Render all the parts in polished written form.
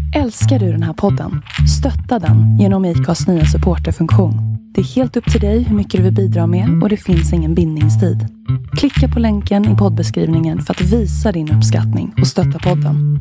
Älskar du den här podden? Stötta den genom IKAs nya supporterfunktion. Det är helt upp till dig hur mycket du vill bidra med och det finns ingen bindningstid. Klicka på länken i poddbeskrivningen för att visa din uppskattning och stötta podden.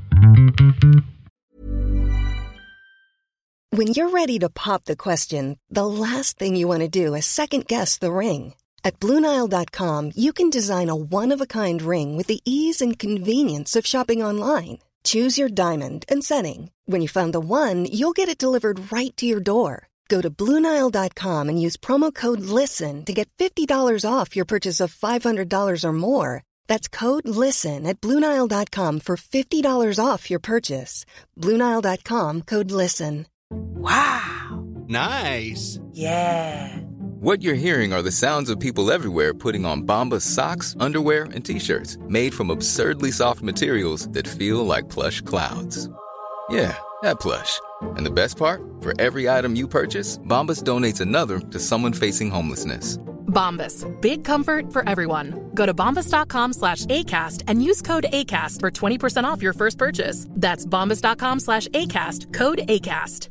When you're ready to pop the question, the last thing you want to do is second guess the ring. At BlueNile.com you can design a one-of-a-kind ring with the ease and convenience of shopping online. Choose your diamond and setting. When you find the one, you'll get it delivered right to your door. Go to BlueNile.com and use promo code LISTEN to get $50 off your purchase of $500 or more. That's code LISTEN at BlueNile.com for $50 off your purchase. BlueNile.com, code LISTEN. Wow! Nice! Yeah! What you're hearing are the sounds of people everywhere putting on Bombas socks, underwear, and T-shirts made from absurdly soft materials that feel like plush clouds. Yeah, that plush. And the best part? For every item you purchase, Bombas donates another to someone facing homelessness. Bombas. Big comfort for everyone. Go to bombas.com/ACAST and use code ACAST for 20% off your first purchase. That's bombas.com/ACAST. Code ACAST.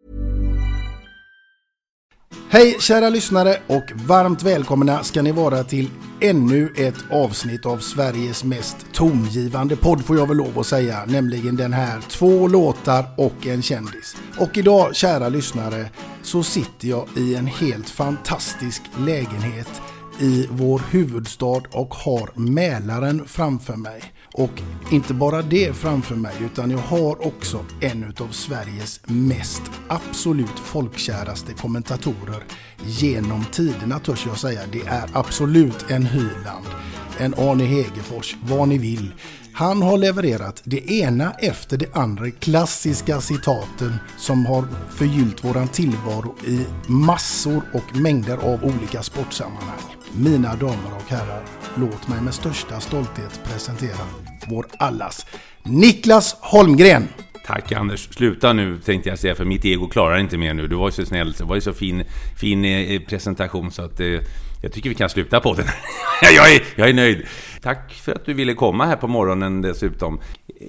Hej kära lyssnare och varmt välkomna ska ni vara till ännu ett avsnitt av Sveriges mest tongivande podd, får jag väl lov att säga, nämligen den här 2 låtar och en kändis. Och idag, kära lyssnare, så sitter jag i en helt fantastisk lägenhet i vår huvudstad och har Mälaren framför mig. Och inte bara det framför mig, utan jag har också en av Sveriges mest absolut folkkäraste kommentatorer genom tiderna, törs jag säga. Det är absolut en Hyland, en Arne Hegerfors, vad ni vill. Han har levererat det ena efter det andra klassiska citaten som har förgyllt våran tillvaro i massor och mängder av olika sportsammanhang. Mina damer och herrar, låt mig med största stolthet presentera vår allas Niklas Holmgren. Tack Anders, sluta nu tänkte jag säga, för mitt ego klarar inte mer nu. Du var ju så snäll, det var ju så fin presentation så att jag tycker vi kan sluta på den. jag är nöjd. Tack för att du ville komma här på morgonen dessutom.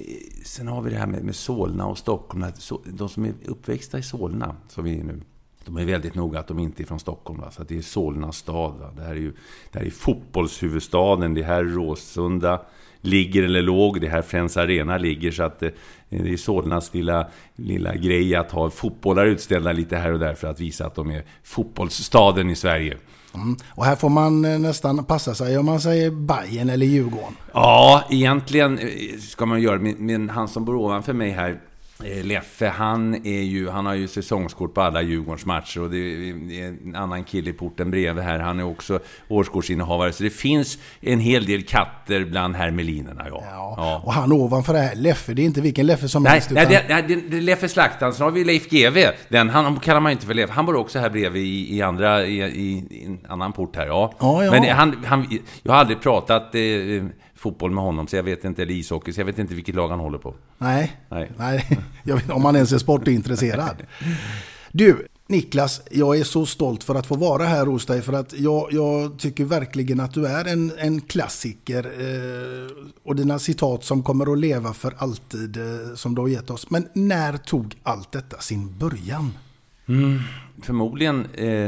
Sen har vi det här med Solna och Stockholm. De som är uppväxta i Solna, så vi är nu, de är väldigt noga att de inte är från Stockholm. Va? Så att det är Solna stad. Va? Det här är fotbollshuvudstaden. Det här Råsunda ligger eller låg. Det här Friends Arena ligger. Så att det är Solnas lilla grej att ha fotbollare utställda lite här och där för att visa att de är fotbollsstaden i Sverige. Och här får man nästan passa sig om man säger Bayern eller Djurgården. Ja, egentligen ska man göra, men han som bor ovanför mig här, Leffe, han har ju säsongskort på alla Djurgårdsmatcher, och det är en annan kille i porten bredvid här, han är också årskortsinnehavare, så det finns en hel del katter bland hermelinerna. Ja. Och han ovanför det här, Leffe, det är inte vilken Leffe som helst. Nej, det är Leffe Slaktan. Så har vi Leif GV, han kallar man inte för Leffe, han bor också här bredvid i en annan port här. Ja. Men jag har aldrig pratat fotboll med honom, så jag vet inte, eller ishockey, så jag vet inte vilket lag han håller på. Nej. Jag vet inte om han ens är sportintresserad. Du, Niklas, jag är så stolt för att få vara här hos dig, för att jag tycker verkligen att du är en klassiker, och dina citat som kommer att leva för alltid, som du har gett oss. Men när tog allt detta sin början? Förmodligen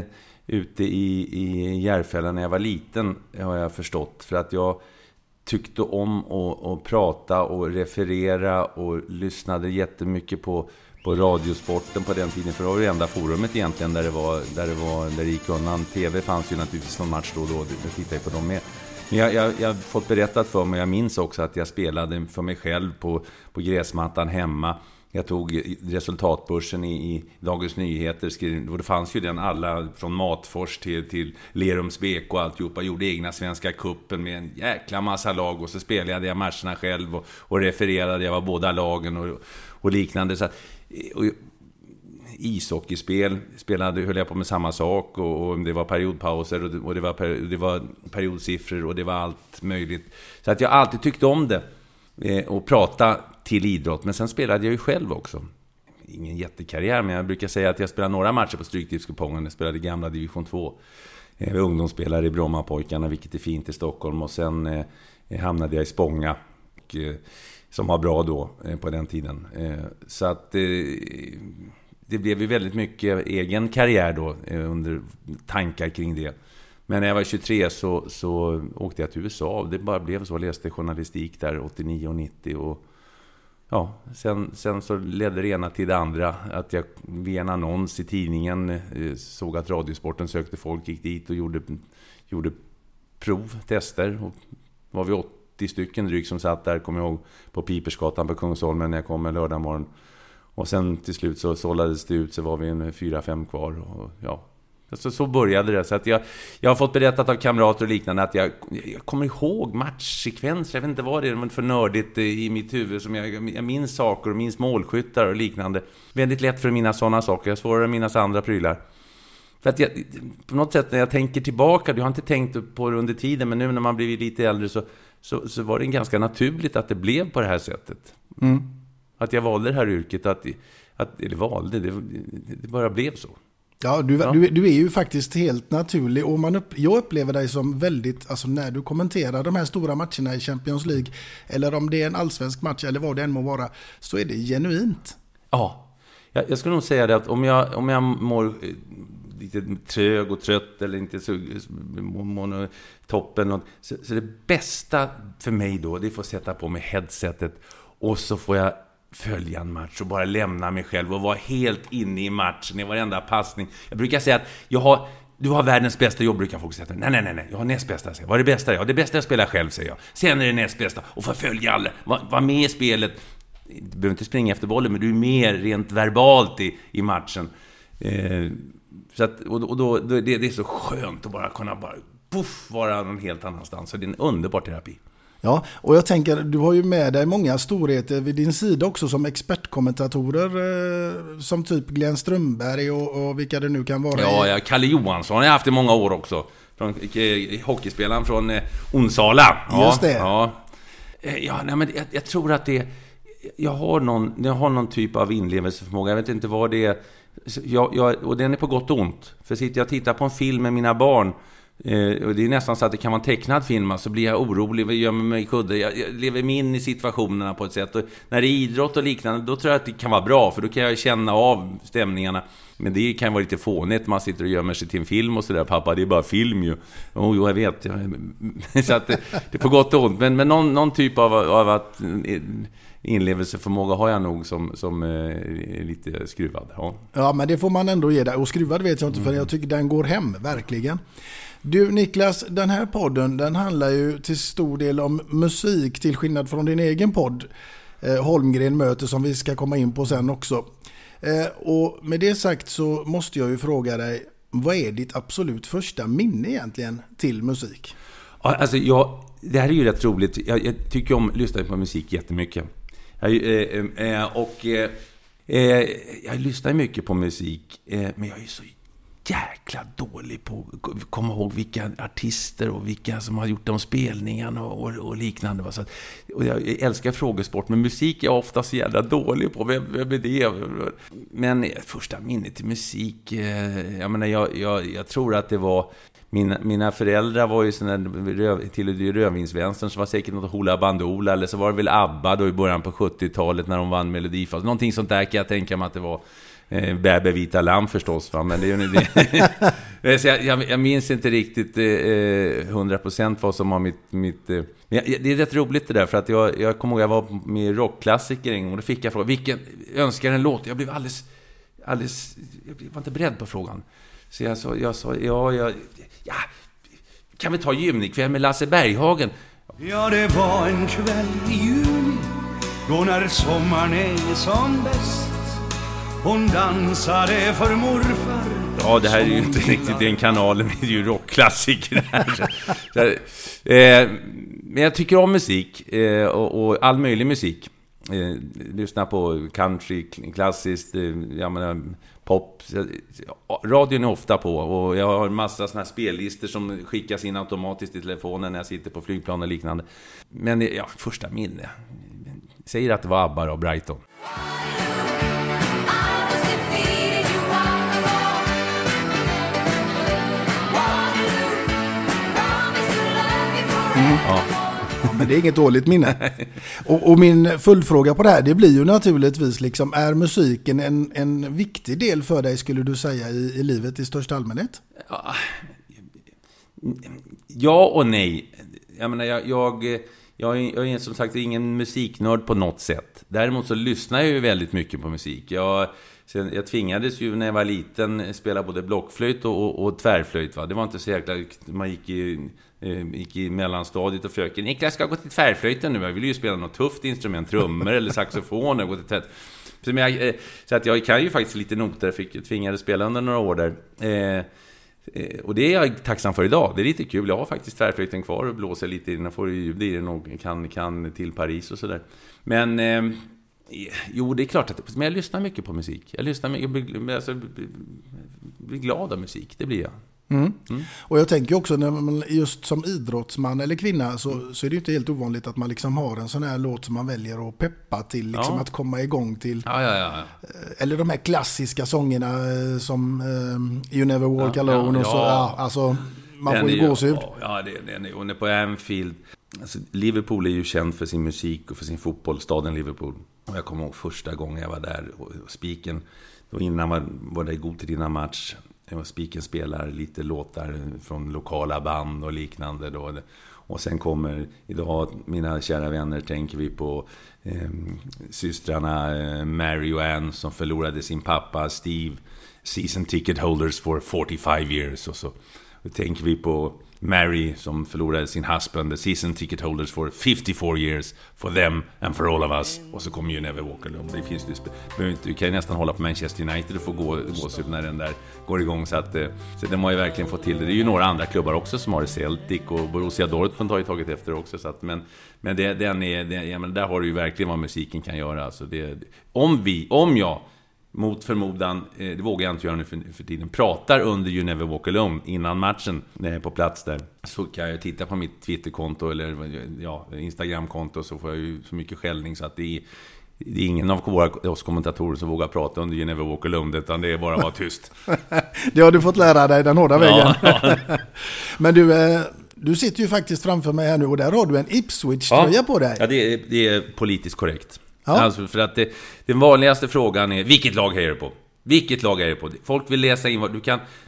ute i Järfälla när jag var liten, har jag förstått, för att jag tyckte om att prata och referera och lyssnade jättemycket på radiosporten på den tiden, för det var det enda forumet egentligen där det gick undan. TV fanns ju naturligtvis någon match då, jag tittade på dem med. Men jag har fått berättat för mig, jag minns också att jag spelade för mig själv på gräsmattan hemma. Jag tog resultatbörsen i Dagens Nyheter, och det fanns ju den, alla från Matfors till Lerums BK och alltihopa, gjorde egna Svenska kuppen med en jäkla massa lag, och så spelade jag matcherna själv och refererade, jag var båda lagen och liknande. Så och ishockeyspel höll jag på med samma sak, och det var periodpauser och det var periodsiffror och det var allt möjligt. Så att jag alltid tyckte om det och prata till idrott, men sen spelade jag ju själv också. Ingen jättekarriär, men jag brukar säga att jag spelade några matcher på Stryktipskupongen. Jag spelade gamla division 2. Jag var ungdomsspelare i Brommapojkarna, vilket är fint i Stockholm, och sen hamnade jag i Spånga. och som var bra då på den tiden. Så att det blev ju väldigt mycket egen karriär då under tankar kring det. Men när jag var 23 så åkte jag till USA. Det bara blev så. Jag läste journalistik där 89 och 90 och ja, sen så ledde det ena till det andra. Att jag via en annons i tidningen såg att Radiosporten sökte folk, gick dit och gjorde tester. Och var vi 80 stycken drygt som satt där, kommer jag ihåg, på Pipersgatan på Kungsholmen när jag kom en lördag morgon. Och sen till slut så sållades det ut, så var vi 4-5 kvar. Och ja, så började det. Så att jag har fått berättat av kamrater och liknande att jag kommer ihåg matchsekvenser. Jag vet inte vad det är, men för nördigt i mitt huvud. Som jag minns saker och minns målskyttar och liknande. Väldigt lätt för att minnas sådana saker. Jag svårare att minnas andra prylar. För att på något sätt när jag tänker tillbaka, jag har inte tänkt på det under tiden, men nu när man blivit lite äldre så var det ganska naturligt att det blev på det här sättet. Mm. Att jag valde det här yrket, det bara blev så. Ja, du är ju faktiskt helt naturlig, och jag upplever dig som väldigt, alltså när du kommenterar de här stora matcherna i Champions League, eller om det är en allsvensk match eller vad det än må vara, så är det genuint. Ja, jag skulle nog säga det att om jag mår lite trög och trött eller inte så toppen, så det bästa för mig då, det är att få sätta på mig headsetet och så får jag följa en match och bara lämna mig själv och vara helt inne i matchen i varenda passning. Jag brukar säga att du har världens bästa jobb, brukar folk säga. Nej, jag har näst bästa. Vad är det bästa? Ja, det bästa jag spelar själv, säger jag. Sen är det näst bästa och få följa alla. Var med i spelet. Du behöver inte springa efter bollen, men du är mer rent verbalt i matchen. Så att, och då det är så skönt att bara kunna vara någon helt annanstans. Så det är en underbar terapi. Ja, och jag tänker, du har ju med dig många storheter vid din sida också som expertkommentatorer, som typ Glenn Strömberg och vilka det nu kan vara. Ja, Kalle Johansson har jag haft i många år också. Hockeyspelaren från Onsala. Ja, just det. Ja, nej, men jag tror att jag har någon typ av inlevelseförmåga. Jag vet inte vad det är. Och den är på gott och ont. För jag tittar på en film med mina barn, och det är nästan så att det kan vara en tecknad film, så blir jag orolig, jag gömmer mig i kudde, jag lever mig in i situationerna på ett sätt, och när det är idrott och liknande, då tror jag att det kan vara bra, för då kan jag känna av stämningarna. Men det kan vara lite fånigt, man sitter och gömmer sig till en film och sådär. Pappa, det är bara film ju. Jo, jag vet. Så att det är på gott och ont. Men någon typ av att inlevelseförmåga har jag nog som är lite skruvad. Ja, men det får man ändå ge dig. Och skruvad vet jag inte, för jag tycker den går hem, verkligen. Du Niklas, den här podden, den handlar ju till stor del om musik, till skillnad från din egen podd Holmgren möter, som vi ska komma in på sen också. Och med det sagt så måste jag ju fråga dig, vad är ditt absolut första minne egentligen till musik? Ja, alltså det här är ju rätt roligt. Jag tycker om att lyssna på musik jättemycket. Jag lyssnar mycket på musik, men jag är så jäkla dålig på att komma ihåg vilka artister och vilka som har gjort de spelningarna och liknande. Så att, och jag älskar frågesport, men musik är jag ofta så jävla dålig på. Vem är det? Men första minnet till musik, jag tror att det var mina föräldrar var ju till rödvinsvänstern, så var säkert något Hoola Bandoola, eller så var det väl ABBA då i början på 70-talet när de vann Melodifestivalen. Någonting sånt där kan jag tänka mig att det var. Bäbe vita lamm förstås, va? Men det är ju det. Jag minns inte riktigt 100% vad som var mitt det är rätt roligt det där, för att jag kommer ihåg jag var med rockklassiker en gång, och då fick jag fråga vilken önskar en låt. Jag blev alldeles jag var inte beredd på frågan. Så jag sa ja, kan vi ta Juni-kväll med Lasse Berghagen? Ja, det var en kväll i juni, då när sommaren är som bäst. Hon dansade för morfar. Ja, det här är ju inte riktigt den kanalen, det är ju rockklassiker här. Men jag tycker om musik och all möjlig musik. Lyssna på country, klassiskt, pop. Radion är ofta på, och jag har en massa såna här spellistor som skickas in automatiskt i telefonen när jag sitter på flygplan och liknande. Men första minne. Säger att det var ABBA och Brighton. Mm. Ja. Men det är inget dåligt minne. Och min följdfråga på det här, det blir ju naturligtvis liksom, är musiken en viktig del för dig, skulle du säga, i livet i största allmänhet? Ja och nej. Jag menar, jag är som sagt ingen musiknörd på något sätt. Däremot så lyssnar jag ju väldigt mycket på musik. Jag tvingades ju när jag var liten spela både blockflöjt och tvärflöjt. Va? Det var inte så jäkla... Man gick i mellanstadiet och fröken Niklas ska gå till tvärflöjten nu. Jag vill ju spela något tufft instrument, trummor eller saxofon och gå till så att jag kan ju faktiskt lite noter. Jag tvingades spela under några år där. Och det är jag tacksam för idag. Det är lite kul. Jag har faktiskt tvärflöjten kvar och blåser lite innan, får ljud i den och kan till Paris och sådär. Men jo, det är klart att men jag lyssnar mycket på musik. Jag lyssnar mycket, blir glad av musik. Det blir jag. Och jag tänker också, när man, just som idrottsman eller kvinna, så är det ju inte helt ovanligt att man liksom har en sån här låt som man väljer att peppa till, liksom att komma igång till. Ja. Eller de här klassiska sångerna som You Never Walk Alone och så. Ja, alltså, man får ju gåshud. Ja, hon är på Anfield. Alltså, Liverpool är ju känd för sin musik och för sin fotboll, staden Liverpool. Och jag kommer ihåg första gången jag var där och spiken, då innan var det god till dina match. Spiken spelar lite låtar från lokala band och liknande då. Och sen kommer idag, mina kära vänner, tänker vi på systrarna Mary och Ann som förlorade sin pappa Steve, season ticket holders for 45 years. Och så tänker vi på Mary som förlorade sin husband, the season ticket holders for 54 years for them and for all of us. Och så kommer You Never Walk Alone. Det finns du kan ju nästan hålla på Manchester United och få gåshud när den där går igång. Så den har ju verkligen fått till det. Det är ju några andra klubbar också som har det. Celtic och Borussia Dortmund har ju tagit efter också. Så att, men där har du ju verkligen vad musiken kan göra. Alltså om jag mot förmodan, det vågar jag inte göra nu för tiden, pratar under You Never Walk Alone innan matchen när jag är på plats där, så kan jag titta på mitt Twitterkonto eller Instagramkonto, så får jag ju så mycket skällning så att det är ingen av oss kommentatorer som vågar prata under You Never Walk Alone, utan det är bara att vara tyst. Det har du fått lära dig den hårda vägen. Ja. Men du sitter ju faktiskt framför mig här nu och där har du en Ipswich-tröja på dig. Ja, det är politiskt korrekt. Ja. Alltså för att den vanligaste frågan är vilket lag hejar du på? Vilket lag är det på? Folk vill läsa in vad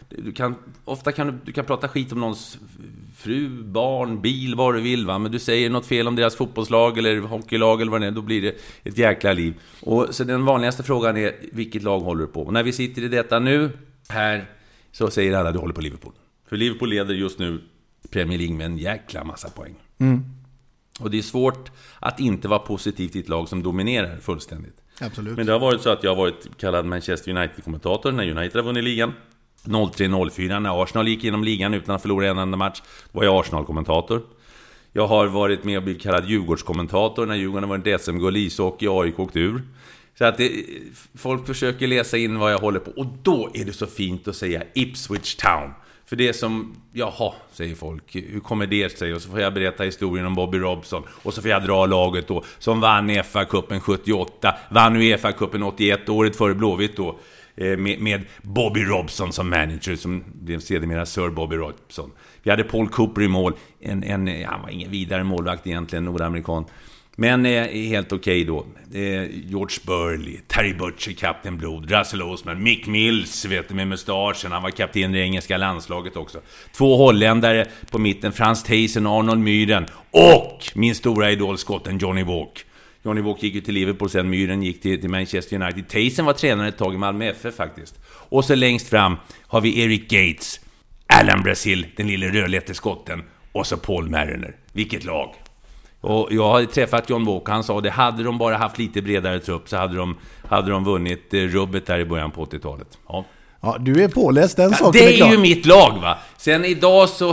du kan prata skit om någons fru, barn, bil, vad du vill, va? Men du säger något fel om deras fotbollslag eller hockeylag eller vad det är, då blir det ett jäkla liv. Och så den vanligaste frågan är vilket lag håller du på? Och när vi sitter i detta nu här, så säger alla du håller på Liverpool. För Liverpool leder just nu Premier League med en jäkla massa poäng. Och det är svårt att inte vara positivt i ett lag som dominerar fullständigt. Absolut. Men det har varit så att jag har varit kallad Manchester United-kommentator när United har vunnit ligan. 03-04 när Arsenal gick igenom ligan utan att förlora en enda match, var jag Arsenal-kommentator. Jag har varit med och blivit kallad Djurgårdskommentator när Djurgården var en SM-guld i ishockey och AIK åkte ur. Så att folk försöker läsa in vad jag håller på. Och då är det så fint att säga Ipswich Town. För det som, jaha, säger folk, hur kommer det sig? Och så får jag berätta historien om Bobby Robson. Och så får jag dra laget då, som vann FA-cupen 78, vann UEFA-cupen 81, året före Blåvitt då. Med Bobby Robson som manager, som blev sedermera Sir Bobby Robson. Vi hade Paul Cooper i mål, han var ingen vidare målvakt egentligen, nordamerikan. Men helt okej då. George Burley, Terry Butcher, Captain Blod, Russell Osman, Mick Mills, vet du, med mustaschen. Han var kapten i det engelska landslaget också. 2 holländare på mitten, Frans Thijssen och Arnold Myhren. Och min stora idol, skotten Johnny Walk. Johnny Walk gick ju till Liverpool, sen Myhren gick till Manchester United. Thijssen var tränare ett tag i Malmö FF faktiskt. Och så längst fram har vi Eric Gates, Alan Brazil, den lille rödlätte skotten. Och så Paul Mariner. Vilket lag! Och jag har träffat John Walk, han sa det, hade de bara haft lite bredare trupp så hade de vunnit rubbet där i början på 80-talet. Ja. Ja, du är påläst, den saken det är ju mitt lag, va. Sen idag så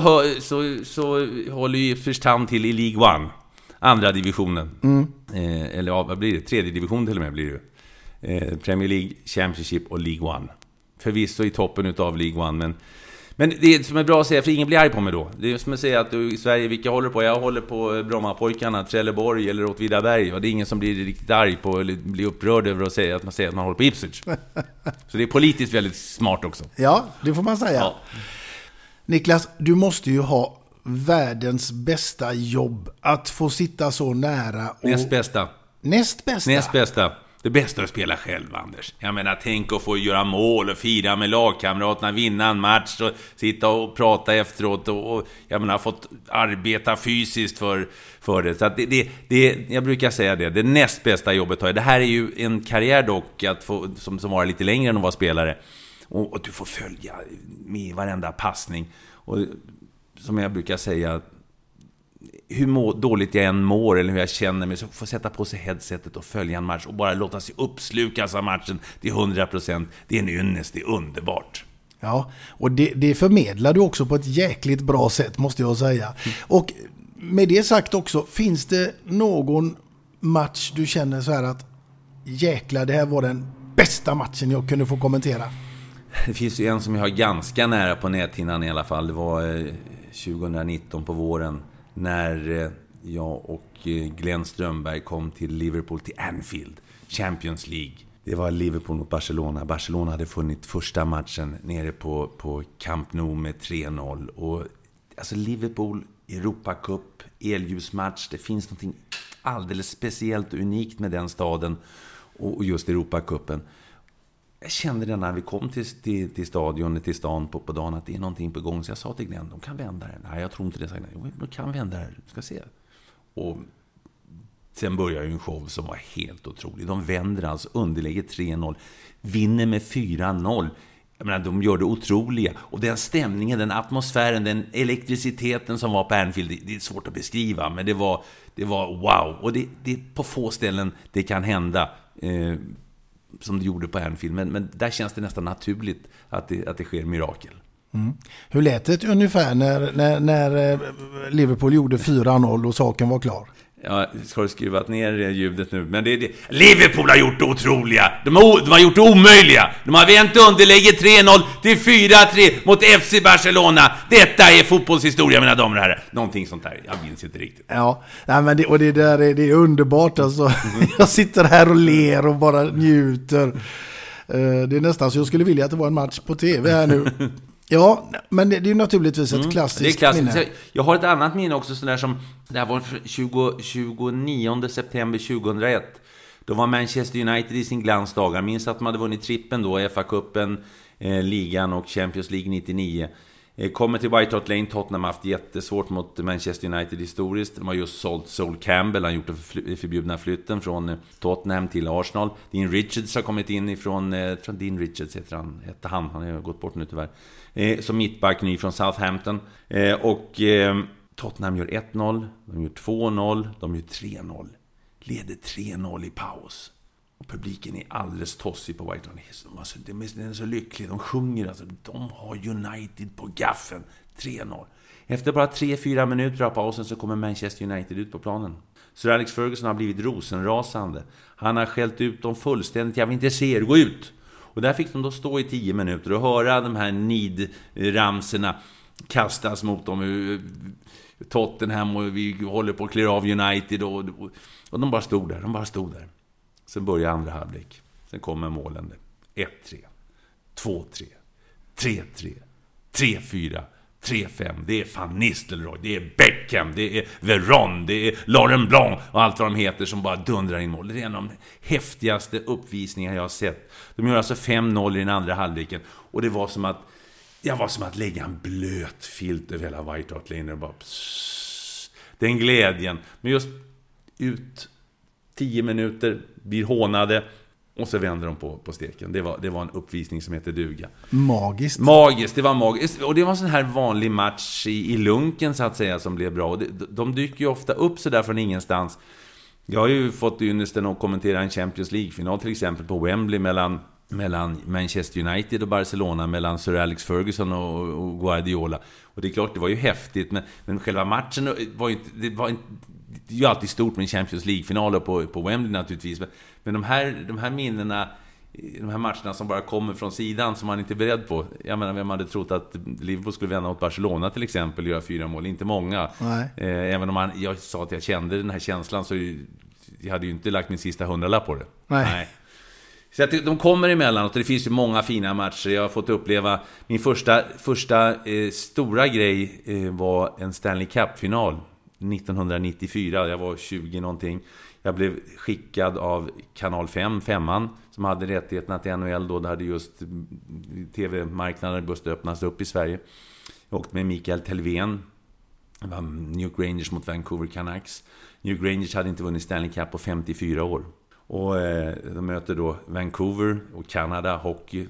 håller ju Ipswich Town till i League One, andra divisionen. Eller vad blir det? 3:e division till och med blir det. Premier League, Championship och League One. Förvisso i toppen utav League One, men det som är bra att säga, för ingen blir arg på mig då. Det är som att säga att i Sverige, vilka håller på? Jag håller på Brommapojkarna, Trelleborg eller Åtvidaberg. Och det är ingen som blir riktigt arg på eller blir upprörd över att säga att man håller på Ipswich. Så det är politiskt väldigt smart också. Ja, det får man säga. Ja. Niklas, du måste ju ha världens bästa jobb att få sitta så nära. Och... Näst bästa. Näst bästa. Det bästa är att spela själv, Anders. Jag menar, tänk att få göra mål och fira med lagkamraterna, vinna en match och sitta och prata efteråt och jag menar, fått arbeta fysiskt för det. Så att jag brukar säga det näst bästa jobbet har jag. Det här är ju en karriär dock att få, som var lite längre än att vara spelare. Och du får följa med varenda passning. Och som jag brukar säga, hur dåligt jag än mår eller hur jag känner mig, så får sätta på sig headsetet och följa en match och bara låta sig uppslukas av matchen till 100%. Det är en ynnest, det är underbart. Ja, och det förmedlar du också på ett jäkligt bra sätt, måste jag säga. Och med det sagt också, finns det någon match du känner så här att jäklar, det här var den bästa matchen jag kunde få kommentera? Det finns ju en som jag har ganska nära på näthinnan i alla fall. Det var 2019 på våren när jag och Glenn Strömberg kom till Liverpool, till Anfield, Champions League. Det var Liverpool mot Barcelona. Barcelona hade funnit första matchen nere på Camp Nou med 3-0. Och alltså Liverpool, Europa Cup, elljusmatch. Det finns något alldeles speciellt och unikt med den staden och just Europa Cupen. Jag kände det när vi kom till stadion, till stan på dagen, att det är någonting på gång. Så jag sa till Glenn, de kan vända det. Nej, jag tror inte det. De kan vända det, du ska se. Och sen börjar ju en show som var helt otrolig. De vänder alltså underläge 3-0. Vinner med 4-0. Jag menar, de gör det otroliga. Och den stämningen, den atmosfären, den elektriciteten som var på Anfield, det är svårt att beskriva. Men det var wow. Och det är på få ställen det kan hända. Som det gjorde på Anfield, men där känns det nästan naturligt att det sker mirakel. Mm. Hur lät det ungefär när Liverpool gjorde 4-0 och saken var klar? Ja, ska du skriva ner ljudet nu? Men Liverpool har gjort det otroliga. De har gjort det omöjliga. De har vänt underläge 3-0 till 4-3 mot FC Barcelona. Detta är fotbollshistoria, mina damer och herrar. Någonting sånt där, jag minns inte riktigt. Ja, nej, men det är underbart alltså. Jag sitter här och ler och bara njuter. Det är nästan så jag skulle vilja att det var en match på tv här nu. Ja, men det är ju naturligtvis ett klassiskt minne. Jag har ett annat minne också, sådär som det här var 29 september 2001. Då var Manchester United i sin glansdagar. Minns att de hade vunnit trippen då, FA-cupen, ligan och Champions League 99. Kommer till White Hart Lane. Tottenham haft jättesvårt mot Manchester United historiskt. De har just sålt Sol Campbell. Han har gjort den förbjudna flytten från Tottenham till Arsenal. Dean Richards har kommit in ifrån Dean Richards hette han har gått bort nu tyvärr. Som mittback, ny från Southampton. Och Tottenham gör 1-0. De gör 2-0. De gör 3-0. Leder 3-0 i paus. Och publiken är alldeles tossig på White Hart. De är så lyckliga. De sjunger alltså. De har United på gaffen. 3-0. Efter bara 3-4 minuter av pausen så kommer Manchester United ut på planen. Sir Alex Ferguson har blivit rosenrasande. Han har skällt ut dem fullständigt. Jag vill inte se er, gå ut! Och där fick de då stå i 10 minuter och höra de här nidramserna kastas mot dem. Tottenham och vi håller på att clear av United. Och de bara stod där. Sen börjar andra halvlek. Sen kommer målen. 1-3, 2-3, 3-3, 3-4, 3-5. Det är Van Nistelrooy, det är Beckham, det är Veron, det är Laurent Blanc och allt vad de heter som bara dundrar in mål. Det är en av de häftigaste uppvisningar jag har sett. De gör alltså 5-0 i den andra halvleken. Och det var som att lägga en blöt filt över hela White Hart Lane. Bara den glädjen. Men just ut 10 minuter, blir hånade och så vänder de på steken. Det var en uppvisning som heter duga. Magiskt, det var magiskt. Och det var en sån här vanlig match i lunken så att säga som blev bra. Och de dyker ju ofta upp så där från ingenstans. Jag har ju fått ynnesten att kommentera en Champions League-final till exempel på Wembley mellan Manchester United och Barcelona, mellan Sir Alex Ferguson och Guardiola. Och det är klart, det var ju häftigt, men själva matchen var ju inte... Det är ju alltid stort med en Champions League-finaler på Wembley naturligtvis. Men de här minnena, de här matcherna som bara kommer från sidan som man inte är beredd på. Jag menar, vem hade trott att Liverpool skulle vända mot Barcelona till exempel och göra 4 mål? Inte många. Även om jag sa att jag kände den här känslan, så jag hade ju inte lagt min sista 100-lapp på det. Nej. Så att de kommer emellanåt, och det finns ju många fina matcher. Jag har fått uppleva min första stora grej var en Stanley Cup-final 1994. Jag var 20 någonting. Jag blev skickad av Kanal 5, som hade rättigheterna till NHL då. Det hade just tv-marknaden börjat öppnas upp i Sverige. Jag åkte med Mikael Telvén. Det var New York Rangers mot Vancouver Canucks. New York Rangers hade inte vunnit Stanley Cup på 54 år. Och de möter då Vancouver och Kanada, hockey.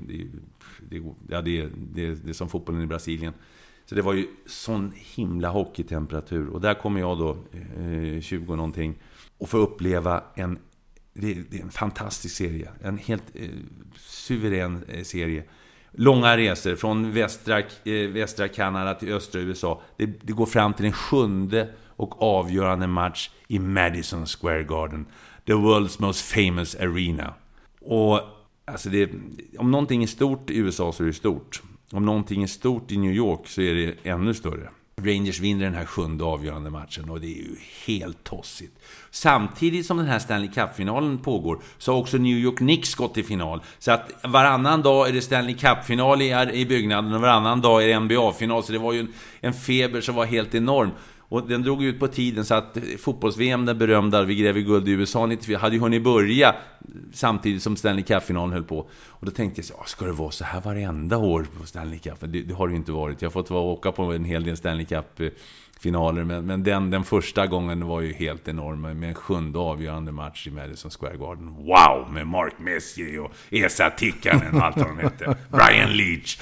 Det är som fotbollen i Brasilien. Så det var ju sån himla hockeytemperatur. Och där kommer jag då 20 någonting och får uppleva det är en fantastisk serie. En helt suverän serie. Långa resor från västra Kanada till östra USA. Det går fram till den 7:e och avgörande match i Madison Square Garden. The world's most famous arena. Och alltså om någonting är stort i USA så är det stort. Om någonting är stort i New York så är det ännu större. Rangers vinner den här 7:e avgörande matchen och det är ju helt tossigt. Samtidigt som den här Stanley Cup-finalen pågår så har också New York Knicks gått till final. Så att varannan dag är det Stanley Cup-final i byggnaden och varannan dag är det NBA-final. Så det var ju en feber som var helt enorm. Och den drog ut på tiden så att fotbolls-VM, den berömda, vi gräver guld i USA 94, hade ju hunnit börja samtidigt som Stanley Cup-finalen höll på. Och då tänkte jag så, ska det vara så här varenda år på Stanley Cup? Det har det ju inte varit. Jag har fått åka på en hel del Stanley Cup-finaler, men den första gången var ju helt enorm med en 7:e avgörande match i Madison Square Garden. Wow! Med Mark Messier och Esa Tikkanen och allt vad de hette. Brian Leach.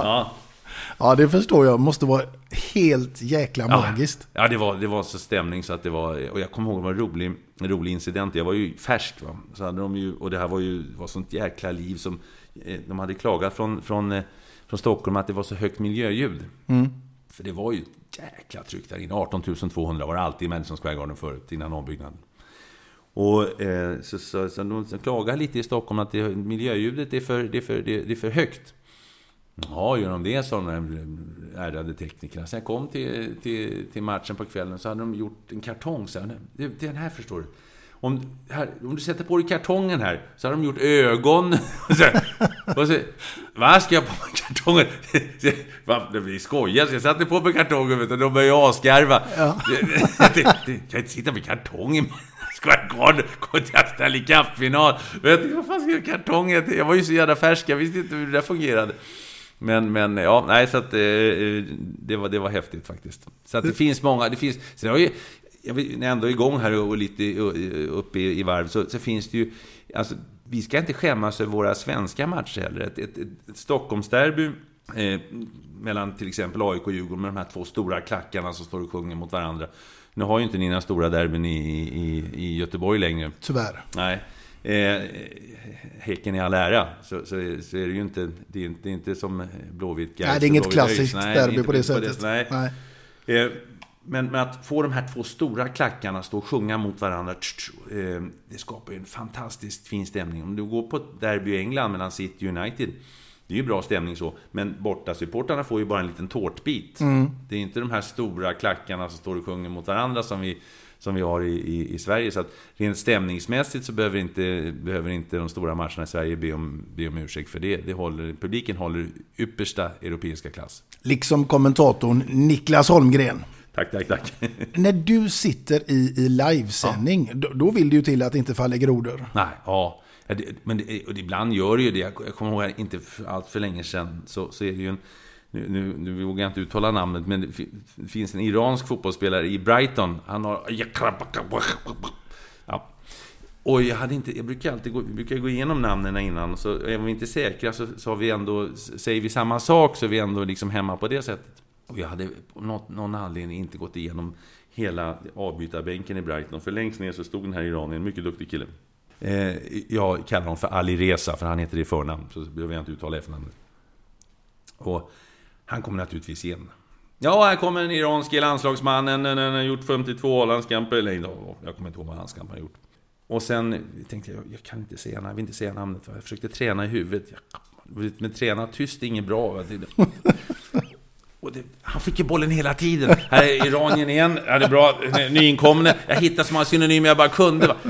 Ja, det förstår jag. Måste vara helt jäkla magiskt. Ja, det var så stämning så att det var... Och jag kommer ihåg det var en rolig incident. Jag var ju färsk, va? Så hade de ju... Och det här var sånt jäkla liv som... De hade klagat från Stockholm att det var så högt miljöljud. Mm. För det var ju jäkla tryck där inne. 18 200 var det alltid i Madison Square Garden förut, innan ombyggnaden. Och så de klagade lite i Stockholm att miljöljudet är för högt. Ja, gör de det, sa de ärade teknikerna. Sen jag kom till matchen på kvällen så hade de gjort en kartong. Så det är den här, förstår du. Om du sätter på dig kartongen här så har de gjort ögon. Och så, vad ska jag på kartongen? Det blir skojigt. Jag satte på mig kartongen och de började asgarva. Ja. Jag kan inte sitta med kartongen. Gå till Stanley Cup-final. Vad fan ska jag kartongen? Jag var ju så jävla färsk. Jag visste inte hur det där fungerade. Men ja, nej, så att det var häftigt faktiskt. Så att det finns många, så när jag ändå är igång här och lite uppe i varv så finns det ju, alltså vi ska inte skämmas över våra svenska matcher heller. Ett Stockholmsderby mellan till exempel AIK och Djurgården med de här två stora klackarna som står och sjunger mot varandra. Nu har ju inte ni några stora derbyn i Göteborg längre. Tyvärr. Nej. Häcken i all ära så är det ju inte det är inte som Blåvitt. Nej, det är inget klassiskt derby på det sättet. Nej. Men att få de här två stora klackarna stå och sjunga mot varandra, det skapar ju en fantastiskt fin stämning. Om du går på ett derby i England mellan City United, det är ju bra stämning så, men bortasupportarna får ju bara en liten tårtbit. Det är inte de här stora klackarna som står och sjunger mot varandra som vi har i Sverige. Så att rent stämningsmässigt så behöver inte de stora matcherna i Sverige be om ursäkt för det. Publiken håller yppersta europeiska klass. Liksom kommentatorn Niklas Holmgren. Tack. När du sitter i livesändning, då vill du ju till att det inte faller grodor. Nej, ja. Men ibland gör det ju det. Jag kommer ihåg inte allt för länge sedan så är det ju en... Nu vågar jag inte uttala namnet, men det finns en iransk fotbollsspelare i Brighton. Han har... Ja. Och jag brukar gå igenom namnen innan. Så är vi inte säkra så har vi ändå... Säger vi samma sak så är vi ändå liksom hemma på det sättet. Och jag hade på någon anledning inte gått igenom hela avbytarbänken i Brighton. För längst ner så stod den här iranien, en mycket duktig kille. Jag kallar honom för Ali Reza, för han heter det i förnamn. Så behöver jag inte uttala efternamnet. Och han kommer naturligtvis igen. Ja, här kommer den iranske landslagsmannen. Han har gjort 52 landskamper. Eller jag kommer inte ihåg vad landskamper han har gjort. Och sen tänkte jag kan inte säga, jag vill inte säga namnet. Jag försökte träna i huvudet. Men träna tyst är inget bra. Och han fick ju bollen hela tiden. Här är Iranien igen. Ja, det är bra. Nyinkomne. Jag hittade så många synonymer jag bara kunde.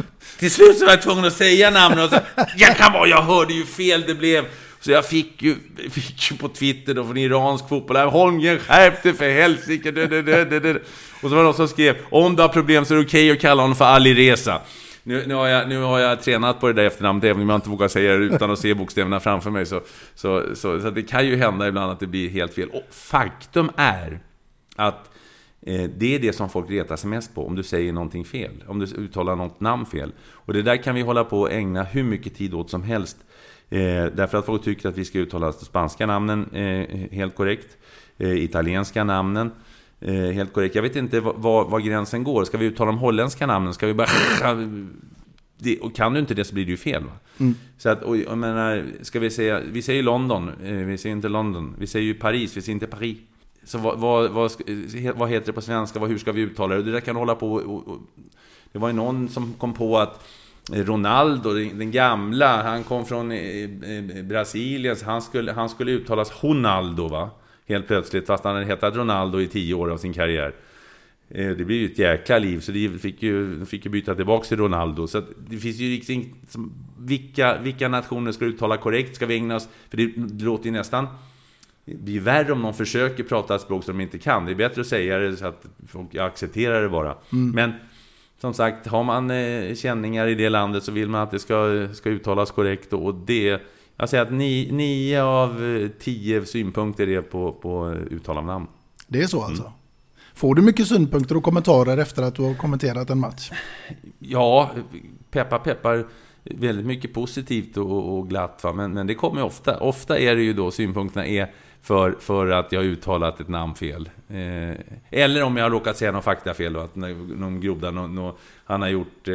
till slut så var jag tvungen att säga namnet. Och så, jag hörde ju fel det blev. Så jag fick ju på Twitter då från iransk fotboll. Holmgren, skärp dig för helsike. Och så var det någon som skrev, om du har problem så är det okej att kalla honom för Ali Reza. Nu har jag tränat på det där efternamnet, även om jag inte vågar säga det utan att se bokstäverna framför mig. Så det kan ju hända ibland att det blir helt fel. Och faktum är att det är det som folk retar sig mest på, om du säger någonting fel, om du uttalar något namn fel. Och det där kan vi hålla på och ägna hur mycket tid åt som helst. Därför att folk tycker att vi ska uttala spanska namnen helt korrekt, italienska namnen helt korrekt. Jag vet inte var gränsen går. Ska vi uttala de holländska namnen? Ska vi bara... och kan du inte det så blir det ju fel, va? Så att, och jag menar, ska vi säger London, vi säger inte London. Vi säger ju Paris, vi säger inte Paris. Så vad heter det på svenska? Hur ska vi uttala det? Det där kan hålla på och det var ju någon som kom på att Ronaldo, den gamla, han kom från Brasilien, så han skulle uttalas Ronaldo, va? Helt plötsligt, fast han hade hetat Ronaldo i 10 år av sin karriär. Det blir ju ett jäkla liv, så det fick ju byta tillbaka till Ronaldo. Så att det finns ju riktigt vilka nationer ska uttala korrekt, ska vi ägna oss, för det låter ju nästan, det blir värre om någon försöker prata ett språk som de inte kan. Det är bättre att säga det så att folk accepterar det bara. Men som sagt, har man känningar i det landet så vill man att det ska uttalas korrekt. Och det, jag säger att 9 av 10 synpunkter är på uttal av namn. Det är så alltså? Får du mycket synpunkter och kommentarer efter att du har kommenterat en match? Ja, peppar väldigt mycket positivt och glatt, va? Men det kommer ofta. Ofta är det ju då synpunkterna är för att jag har uttalat ett namn fel. Eller om jag har råkat säga någon faktafel, att någon groda, han har gjort...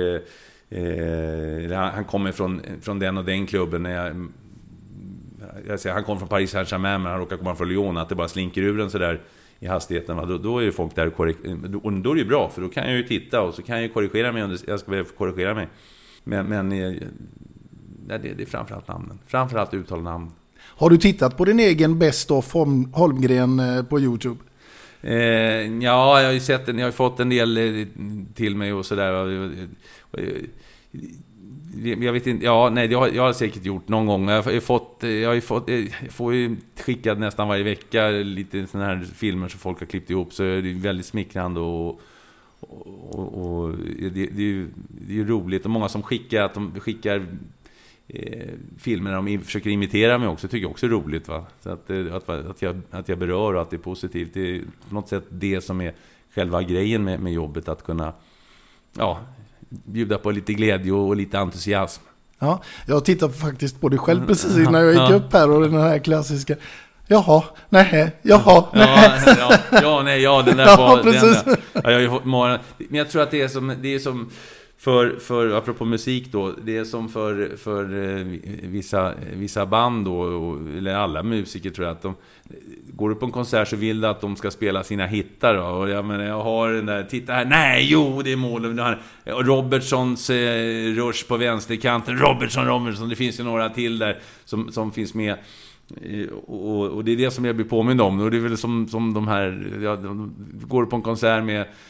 han kommer från den och den klubben. Jag säger, han kommer från Paris Saint-Germain, men han råkar komma från Lyon, att det bara slinker ur en så där i hastigheten, va? Då är ju folk där och då är det ju bra, för då kan jag ju titta och så kan jag ju korrigera mig om jag ska behöva korrigera mig. Men det är framförallt namnen. Framförallt uttala namn. Har du tittat på din egen Best of Holmgren på YouTube? Ja, jag har ju sett den. Jag har fått en del till mig och sådär. Jag vet inte. Ja, nej, jag har säkert gjort någon gång. Jag får ju skickad nästan varje vecka lite såna här filmer som folk har klippt ihop, så det är väldigt smickrande och det är ju roligt. Och många som skickar filmer de försöker imitera mig också, tycker jag också är roligt, va? Så att jag berör och att det är positivt. Det är på något sätt det som är själva grejen med jobbet, att kunna bjuda på lite glädje och lite entusiasm. Ja, jag tittade faktiskt på det själv precis innan jag gick upp här, och den här klassiska jaha, nej. Den där var precis. Men jag tror att det är som för apropå musik då, det är som för vissa band då, eller alla musiker, tror jag, att de går upp på en konsert så vill att de ska spela sina hittar då. Och jag har den där, titta här, det är målen, Robertsons rush på vänsterkanten, Robertson, det finns ju några till där som finns med. Och det är det som jag blir påmind om. Och det är väl som de här, de går på en konsert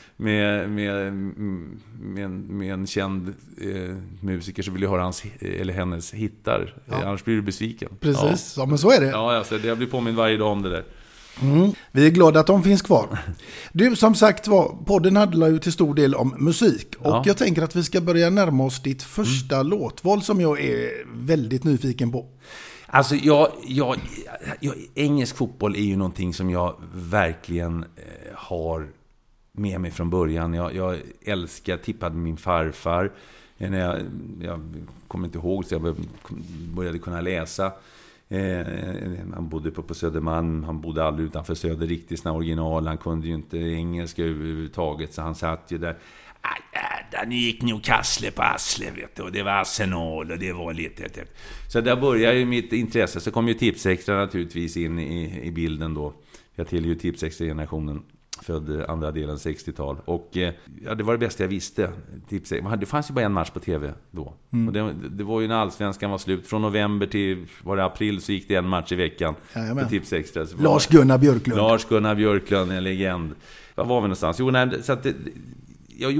med en känd musiker, så vill jag höra hans eller hennes hittar. Annars blir du besviken. Precis, ja, men så är det. Ja, alltså, jag blir påmind varje dag om det där. Vi är glada att de finns kvar. Du, som sagt podden handlar ju till stor del om musik. Och jag tänker att vi ska börja närma oss ditt första låtval, som jag är väldigt nyfiken på. Alltså, engelsk fotboll är ju någonting som jag verkligen har med mig från början. Jag tippade min farfar när jag kommer inte ihåg, så jag började kunna läsa. Han bodde på Södermalm, han bodde aldrig utanför Söder riktigt, sina original. Han kunde ju inte engelska överhuvudtaget, så han satt ju där. Nu gick Newcastle på Asle, vet du, och det var Arsenal och det var lite. Så där började ju mitt intresse. Så kom ju Tipsextra naturligtvis in i bilden då. Jag tillhör ju Tipsextra-generationen, född andra delen 60-tal. Och det var det bästa jag visste. Det fanns ju bara en match på tv då. Och det var ju när allsvenskan var slut. Från november till april så gick det en match i veckan på Tipsextra. Lars-Gunnar Björklund, en legend. Var vi någonstans?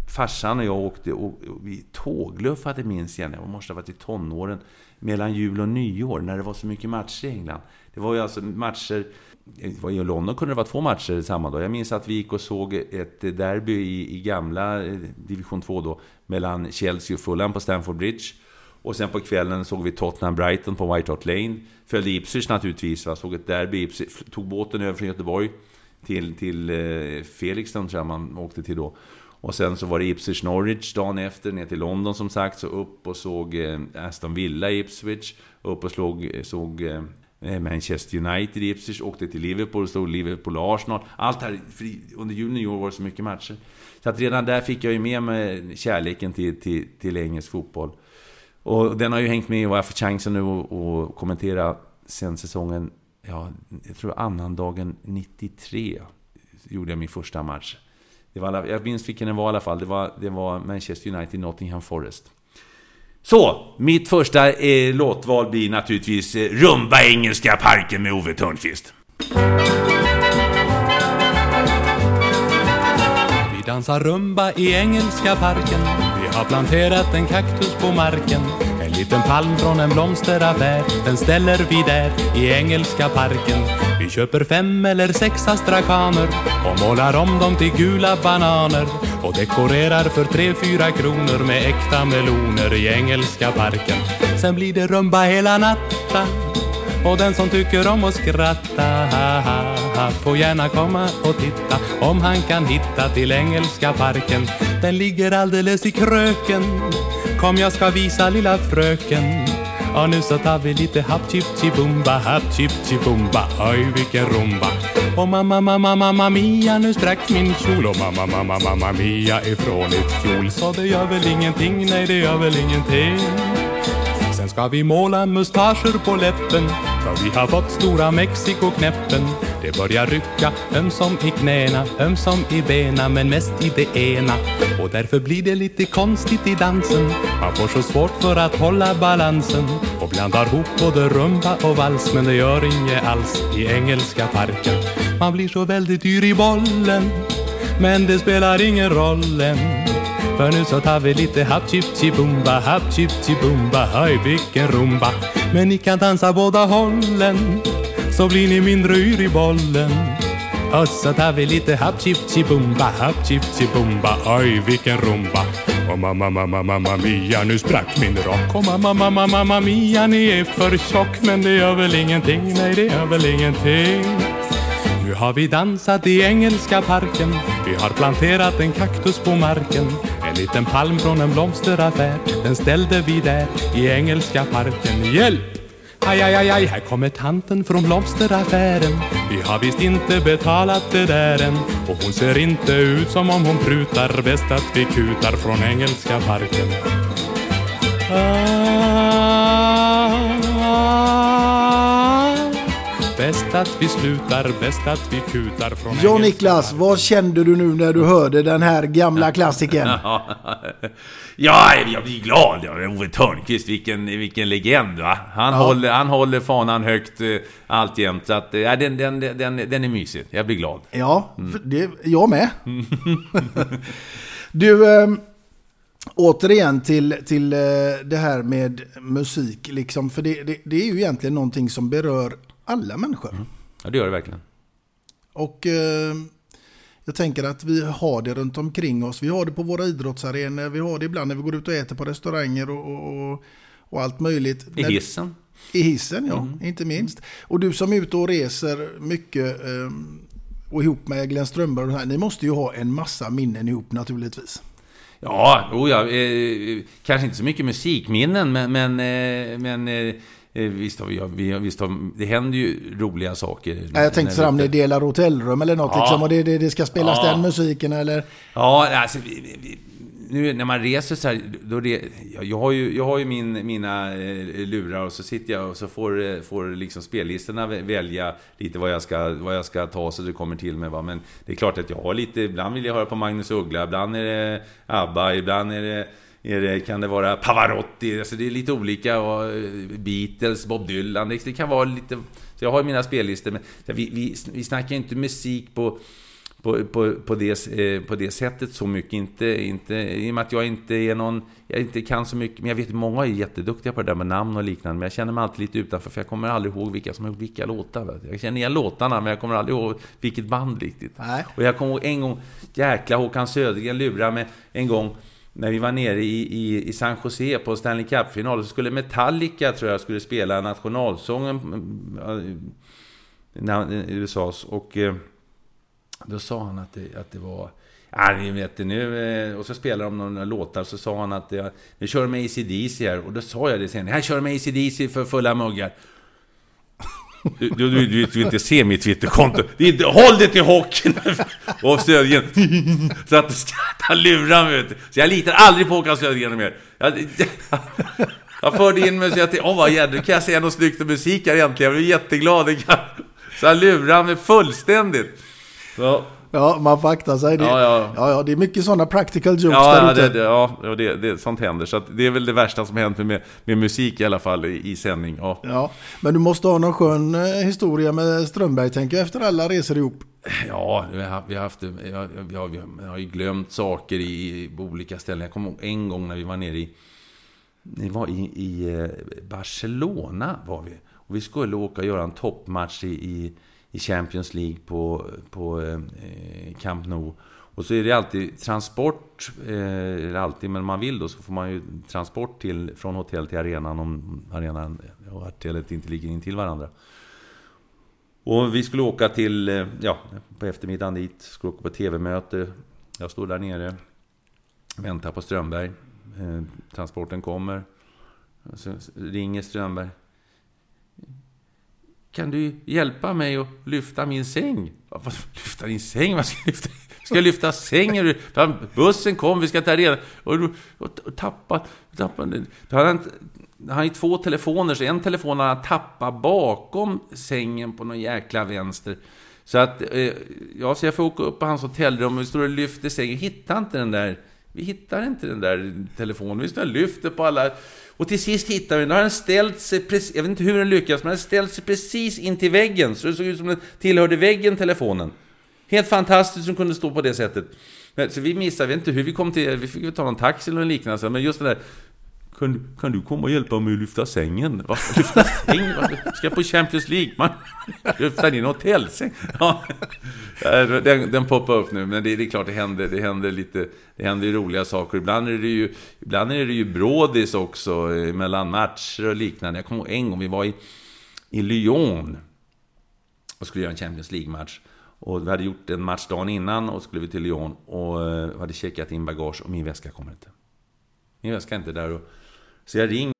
farsan och jag åkte och vi tågluffade, minns jag, jag måste ha varit i tonåren, mellan jul och nyår när det var så mycket matcher i England. Det var ju alltså matcher, i London kunde det vara 2 matcher samma dag. Jag minns att vi gick och såg ett derby i gamla division 2 då, mellan Chelsea och Fulham på Stamford Bridge. Och sen på kvällen såg vi Tottenham Brighton på White Hart Lane. Följde Ipswich naturligtvis, såg ett derby, tog båten över från Göteborg till Felixton, tror jag man åkte till då. Och sen så var det Ipswich Norwich dagen efter, ner till London som sagt, så upp och såg Aston Villa Ipswich, upp och såg Manchester United Ipswich, åkte till Liverpool och stod Liverpool Arsenal. Allt här, under jul och nyår var det så mycket matcher. Så att redan där fick jag ju med mig kärleken till engelsk fotboll. Och den har ju hängt med, och jag får chansen nu att kommentera sen säsongen, jag tror annandagen 93 gjorde jag min första match. Jag minns vilken det var i alla fall. Det var Manchester United Nottingham Forest. Så, mitt första låtval blir naturligtvis Rumba Engelska Parken med Ove Thörnqvist. Vi dansar rumba i Engelska parken. Vi har planterat en kaktus på marken. En liten palm från en blomsteraffär, den ställer vi där i Engelska parken. Vi köper 5 eller 6 astrakaner och målar om dem till gula bananer och dekorerar för 3-4 kronor med äkta meloner i Engelska parken. Sen blir det rumba hela natten, och den som tycker om att skratta får gärna komma och titta om han kan hitta till Engelska parken. Den ligger alldeles i kröken. Kom, jag ska visa lilla fröken. Och nu så tar vi lite happ-chip-chibumba, happ-chip-chibumba. Oj, vilken rumba. Och mamma mia, nu sprack min kjol. Och mamma mia ifrån ett fjol. Så det gör väl ingenting, nej det gör väl ingenting. Sen ska vi måla mustascher på läppen, för vi har fått stora Mexiko-knäppen. Det börjar rycka, ömsom i knäna, ömsom i bena, men mest i det ena. Och därför blir det lite konstigt i dansen. Man får så svårt för att hålla balansen och blandar ihop både rumba och vals, men det gör inget alls i Engelska parken. Man blir så väldigt dyr i bollen, men det spelar ingen roll än. För nu så tar vi lite happ-chip-chibumba, happ-chip-chibumba, höj vilken rumba. Men ni kan dansa båda hållen, så blir ni mindre yr i bollen. Och så tar vi lite happ-chip-chibumba, happ-chip-chibumba, höj vilken rumba. Och mamma mia, nu sprack min rock. Och mamma mia, ni är för tjock, men det gör väl ingenting, nej det gör väl ingenting. Nu har vi dansat i Engelska parken. Vi har planterat en kaktus på marken. En liten palm från en blomsteraffär, den ställde vi där i Engelska parken. Hjälp! Aj, aj, aj, aj, här kommer tanten från blomsteraffären. Vi har visst inte betalat det där än. Och hon ser inte ut som om hon prutar. Bäst att vi kutar från Engelska parken. Bäst att vi slutar, bäst att vi kutar från... Ja, Niklas, vad kände du nu när du hörde den här gamla klassiken? Ja, jag blir glad. Ove Thörnqvist, vilken legend, va? Han håller fanan högt alltjämt. Så att, den är mysig. Jag blir glad. Ja, jag med. Du... Återigen till det här med musik liksom, för det är ju egentligen någonting som berör alla människor. Ja, det gör det verkligen. Och jag tänker att vi har det runt omkring oss. Vi har det på våra idrottsarenor, vi har det ibland när vi går ut och äter på restauranger och allt möjligt. I hissen. I hissen, ja, inte minst. Och du som är ute och reser mycket och ihop med Glenn Strömberg och här, ni måste ju ha en massa minnen ihop naturligtvis. Ja, kanske inte så mycket musikminnen, men visst har det händer ju roliga saker. Jag tänkte fram ni delar hotellrum eller något liksom, och det ska spelas den musiken eller... Ja, alltså nu när man reser så här, jag har ju mina lurar och så sitter jag och så får liksom spellistorna välja lite vad jag ska ta så det kommer till mig, va? Men det är klart att jag har lite, ibland vill jag höra på Magnus Uggla, ibland är det ABBA, ibland kan det vara Pavarotti, alltså det är lite olika, och Beatles, Bob Dylan, det kan vara lite, så jag har mina spellistor, men vi snackar inte musik på det sättet så mycket. Inte i och med att jag inte kan så mycket. Men jag vet att många är jätteduktiga på det där med namn och liknande. Men jag känner mig alltid lite utanför, för jag kommer aldrig ihåg vilka som har gjort vilka låtar. Vet du. Jag känner igen låtarna, men jag kommer aldrig ihåg vilket band riktigt. Nej. Och jag kommer ihåg en gång, jäkla Håkan Södergren lurade mig en gång när vi var nere i San Jose på Stanley Cup-final, så skulle Metallica, tror jag, skulle spela nationalsången i USAs, och då sa han att det var... Ja, ni vet det nu. Och så spelade de några låtar, så sa han att vi kör med AC/DC här. Och då sa jag det sen. Jag kör med AC/DC för fulla muggar. Du vill inte se mitt Twitterkonto. Håll det till hockeyn. Och Södergren. Så att han lurar mig. Så jag litar aldrig på Håkan Södergren mer. Jag förde in mig och sa att vad jävlar, kan jag säga något snyggt om musik här egentligen. Jag blir jätteglad. Så han lurar mig fullständigt. Så. Ja, man får akta sig. Ja, det är mycket sådana practical jokes där ute. Det sånt händer. Så att det är väl det värsta som hänt med musik i alla fall i sändning. Ja, men du måste ha någon skön historia med Strömberg, tänker jag, efter alla resor ihop. Ja, vi har haft det. Jag har ju glömt saker på olika ställen. Jag kommer ihåg en gång när vi var nere i Barcelona var vi. Och vi skulle åka och göra en toppmatch i Champions League på Camp Nou. Och så är det alltid transport, eller alltid, men man vill då så får man ju transport från hotell till arenan om arenan och hotellet inte ligger in till varandra. Och vi skulle åka till, på eftermiddagen dit, skulle åka på tv-möte. Jag stod där nere, väntar på Strömberg. Transporten kommer. Och så ringer Strömberg. Kan du hjälpa mig att lyfta min säng? Lyfta din säng? Vad ska jag lyfta? Ska jag lyfta sängen? Bussen kom, vi ska ta reda. Och tappa. Han har ju 2 telefoner, så en telefon har han tappat bakom sängen på någon jäkla vänster. Så att så jag får åka upp på hans hotellrum och vi står och lyfter sängen. Vi hittar inte den där telefonen. Vi står och lyfter på alla. Och till sist hittar vi den. Har den ställt sig jag vet inte hur den lyckas, men den ställt sig precis in till väggen. Så det såg ut som den tillhörde väggen, telefonen. Helt fantastiskt som kunde stå på det sättet. Så vi missade, jag vet inte hur vi kom till. Vi fick ta någon taxi eller liknande. Men just det där. Kan du komma och hjälpa mig att lyfta sängen? Varför lyfta sängen? Ska jag på Champions League? Man lyfter din hotellsäng. Ja. Den poppar upp nu. Men det är klart, det händer roliga saker. Ibland är det ju brådis också mellan matcher och liknande. Jag kommer ihåg en gång vi var i Lyon och skulle göra en Champions League-match. Och vi hade gjort en match dagen innan och skulle vi till Lyon och hade checkat in bagage och min väska kommer inte. Min väska är inte där. Så jag ringer.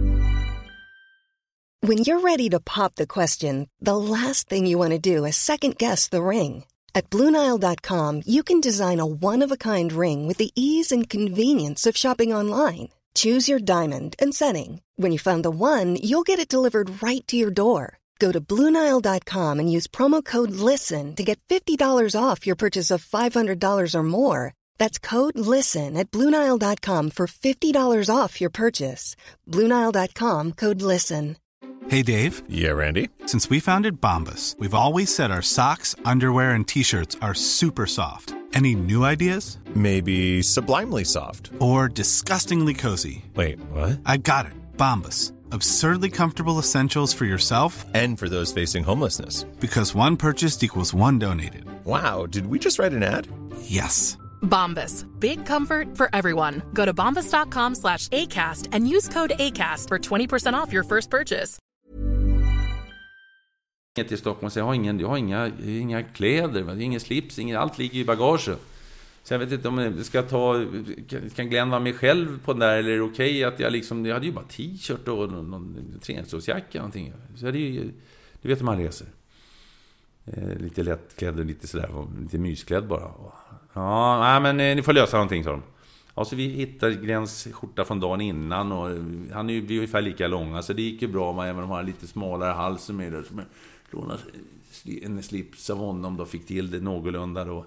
When you're ready to pop the question, the last thing you want to do is second guess the ring. At BlueNile.com, you can design a one-of-a-kind ring with the ease and convenience of shopping online. Choose your diamond and setting. When you find the one, you'll get it delivered right to your door. Go to BlueNile.com and use promo code LISTEN to get $50 off your purchase of $500 or more. That's code LISTEN at BlueNile.com for $50 off your purchase. BlueNile.com, code LISTEN. Hey, Dave. Yeah, Randy. Since we founded Bombas, we've always said our socks, underwear, and T-shirts are super soft. Any new ideas? Maybe sublimely soft. Or disgustingly cozy. Wait, what? I got it. Bombas. Absurdly comfortable essentials for yourself and for those facing homelessness. Because one purchased equals one donated. Wow, did we just write an ad? Yes. Bombas. Big comfort for everyone. Go to bombas.com/ACAST and use code ACAST for 20% off your first purchase. Till Stockholm och säger, jag har inga kläder, ingen slips, allt ligger i bagaget. Så jag vet inte om det ska kan Glenn vara med själv på den där, eller är det okej att jag hade ju bara t-shirt och någon träningsjacka någonting. Så det är ju, du vet hur man reser. Lite lättklädd och lite sådär, lite mysklädd bara. Ja, men ni får lösa någonting, sa de. Ja, så vi hittade Glenns skjorta från dagen innan och han är ju ungefär lika lång, så det gick ju bra, även om han har lite smalare hals med det. Så lånade en slips av honom, då fick till det någorlunda då.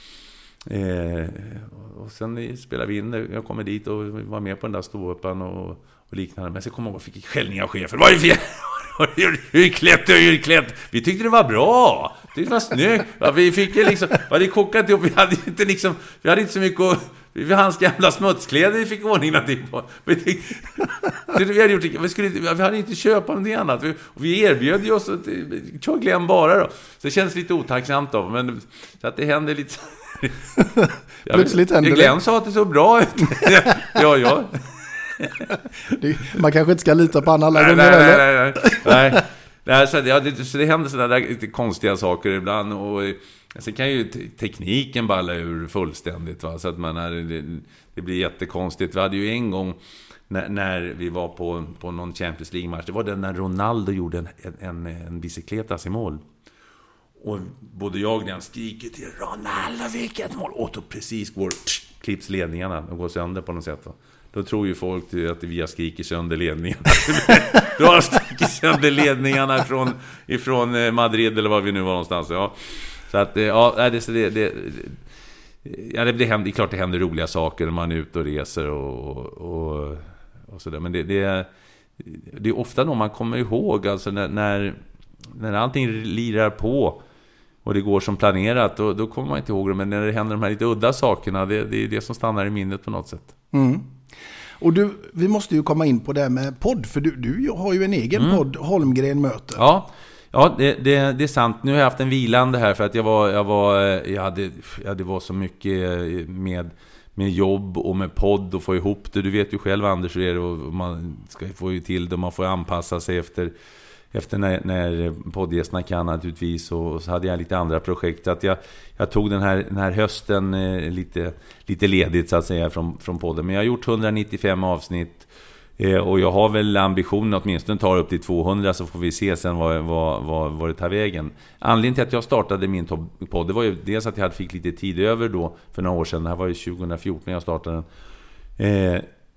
Och sen spelade vi in det. Jag kom dit och var med på den där ståuppen och liknande. Men så kom jag och fick skällning av chefen. Vad är det fel? Hur klätt? Vi tyckte det var bra. Det var snyggt. Ja, vi fick ju liksom, det kokat ihop, vi hade inte så mycket vi hans gamla smutskläder vi fick ordning på. Vi hade gjort vi hade inte köpt någonting annat. Vi erbjöd ju oss att ta Glenn bara då. Så det känns lite otacksamt då, men så att det hände lite. Plötsligt hände det. Glenn sa att det så bra ut. Ja. Man kanske inte ska lita på han alla gånger. Nej, så det händer sådana där lite konstiga saker ibland, och sen kan ju tekniken balla ur fullständigt, va? Så att det blir jättekonstigt. Vi hade ju en gång när vi var på någon Champions League-match, det var den när Ronaldo gjorde en bicicletas i mål. Och både jag och den skriker till Ronaldo, vilket mål! Och då precis klipps ledningarna, de går sönder på något sätt, va? Då tror ju folk att vi skriker sönder ledningarna. Då har skriker sönder ledningarna ifrån Madrid eller var vi nu var någonstans. Ja. Så att det händer, klart det händer roliga saker när man är ute och reser och så där. Men det är ofta då man kommer ihåg, alltså när allting lirar på och det går som planerat, då kommer man inte ihåg det. Men när det händer de här lite udda sakerna, det är det som stannar i minnet på något sätt. Mm. Och vi måste ju komma in på det här med podd, för du har ju en egen podd, Holmgren möter. Ja, det är sant. Nu har jag haft en vilande här för att jag var så mycket med jobb och med podd och få ihop det. Du vet ju själv, Anders, hur det är, och man ska få ju till det, man får anpassa sig efter när poddgästerna kan naturligtvis, och så hade jag lite andra projekt. Att jag tog den här hösten lite ledigt så att säga från podden. Men jag har gjort 195 avsnitt och jag har väl ambitionen att åtminstone ta upp till 200, så får vi se sen vad det tar vägen. Anledningen till att jag startade min podd, det var ju dels att jag fick lite tid över då för några år sedan. Det här var ju 2014 jag startade den.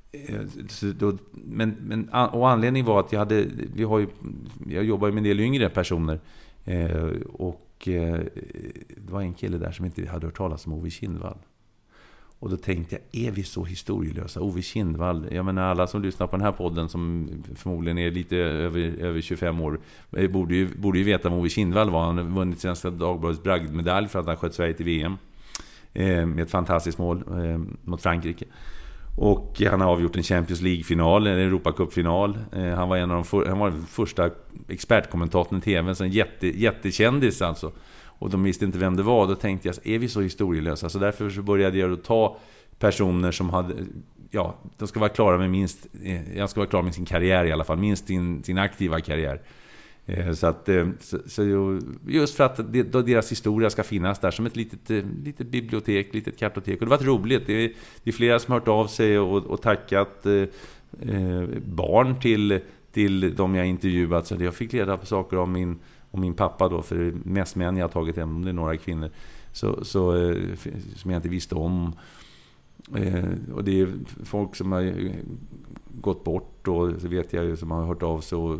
Och anledningen var att jag jobbar med en del yngre personer, och det var en kille där som inte hade hört talas om Ove Kindvall. Och då tänkte jag, är vi så historielösa? Ove Kindvall, jag menar, alla som lyssnar på den här podden som förmodligen är lite över 25 år borde ju veta vad Ove Kindvall var. Han har vunnit Svenska Dagbladets bragdmedalj för att han sköt Sverige till VM med ett fantastiskt mål mot Frankrike. Och han har avgjort en Champions League-final, en Europacup-final. Han var den första expertkommentatorn i TV, så en jättekändis alltså. Och de visste inte vem det var. Då tänkte jag, är vi så historielösa? Så därför så började jag ta personer som hade, de ska vara klara med jag ska vara klar med sin karriär i alla fall, minst sin aktiva karriär. Så just för att deras historia ska finnas där som ett litet bibliotek, litet kartotek. Och det var roligt. Det är flera som har hört av sig och tackat barn till de jag intervjuat. Så jag fick reda på saker om min pappa då, för mest män jag har tagit hem, det är några kvinnor som jag inte visste om. Och det är folk som har gått bort, och så vet jag som har hört av sig, och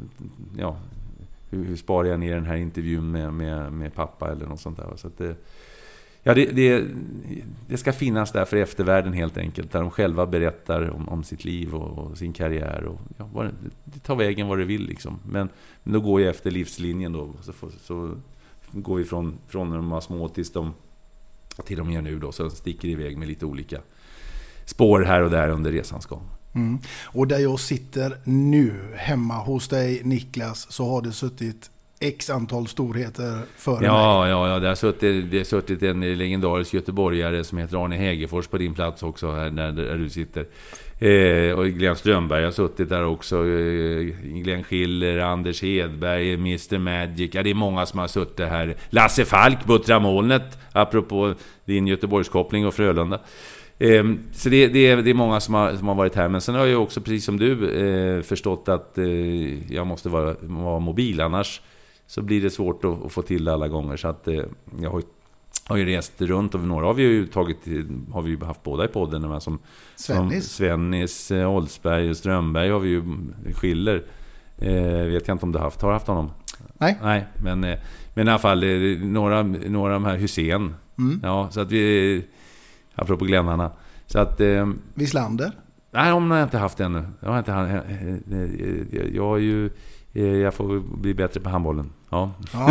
hur sparar jag ner den här intervjun med pappa eller något sånt där. Så att det ska finnas där för eftervärlden helt enkelt, där de själva berättar om sitt liv och sin karriär, och det tar vägen vad det vill liksom. Men då går jag efter livslinjen då, så går vi från när de var små till de är nu då, så sticker iväg med lite olika spår här och där under resans gång. Mm. Och där jag sitter nu hemma hos dig, Niklas, så har det suttit x antal storheter före mig. Ja, det har suttit en legendarisk göteborgare som heter Arne Hägerfors på din plats också här där du sitter. Och Glenn Strömberg har suttit där också, Glenn Schiller, Anders Hedberg, Mr. Magic. Ja, det är många som har suttit här. Lasse Falk, Buttra Molnet, apropå din Göteborgskoppling och Frölunda. Så det är många som har varit här. Men sen har jag också, precis som du, förstått att jag måste vara mobil, annars så blir det svårt att få till det alla gånger. Så att jag har ju rest runt, och några har vi ju haft båda i podden, som Svennis, Olsberg och Strömberg har vi ju, Schiller vet jag inte om du har haft honom. Nej, men i alla fall några av de här Hussein. Ja, så att vi, apropå Glennarna, så att Wislander. Nej, de har jag inte haft ännu. Jag har ju Jag får bli bättre på handbollen. Ja.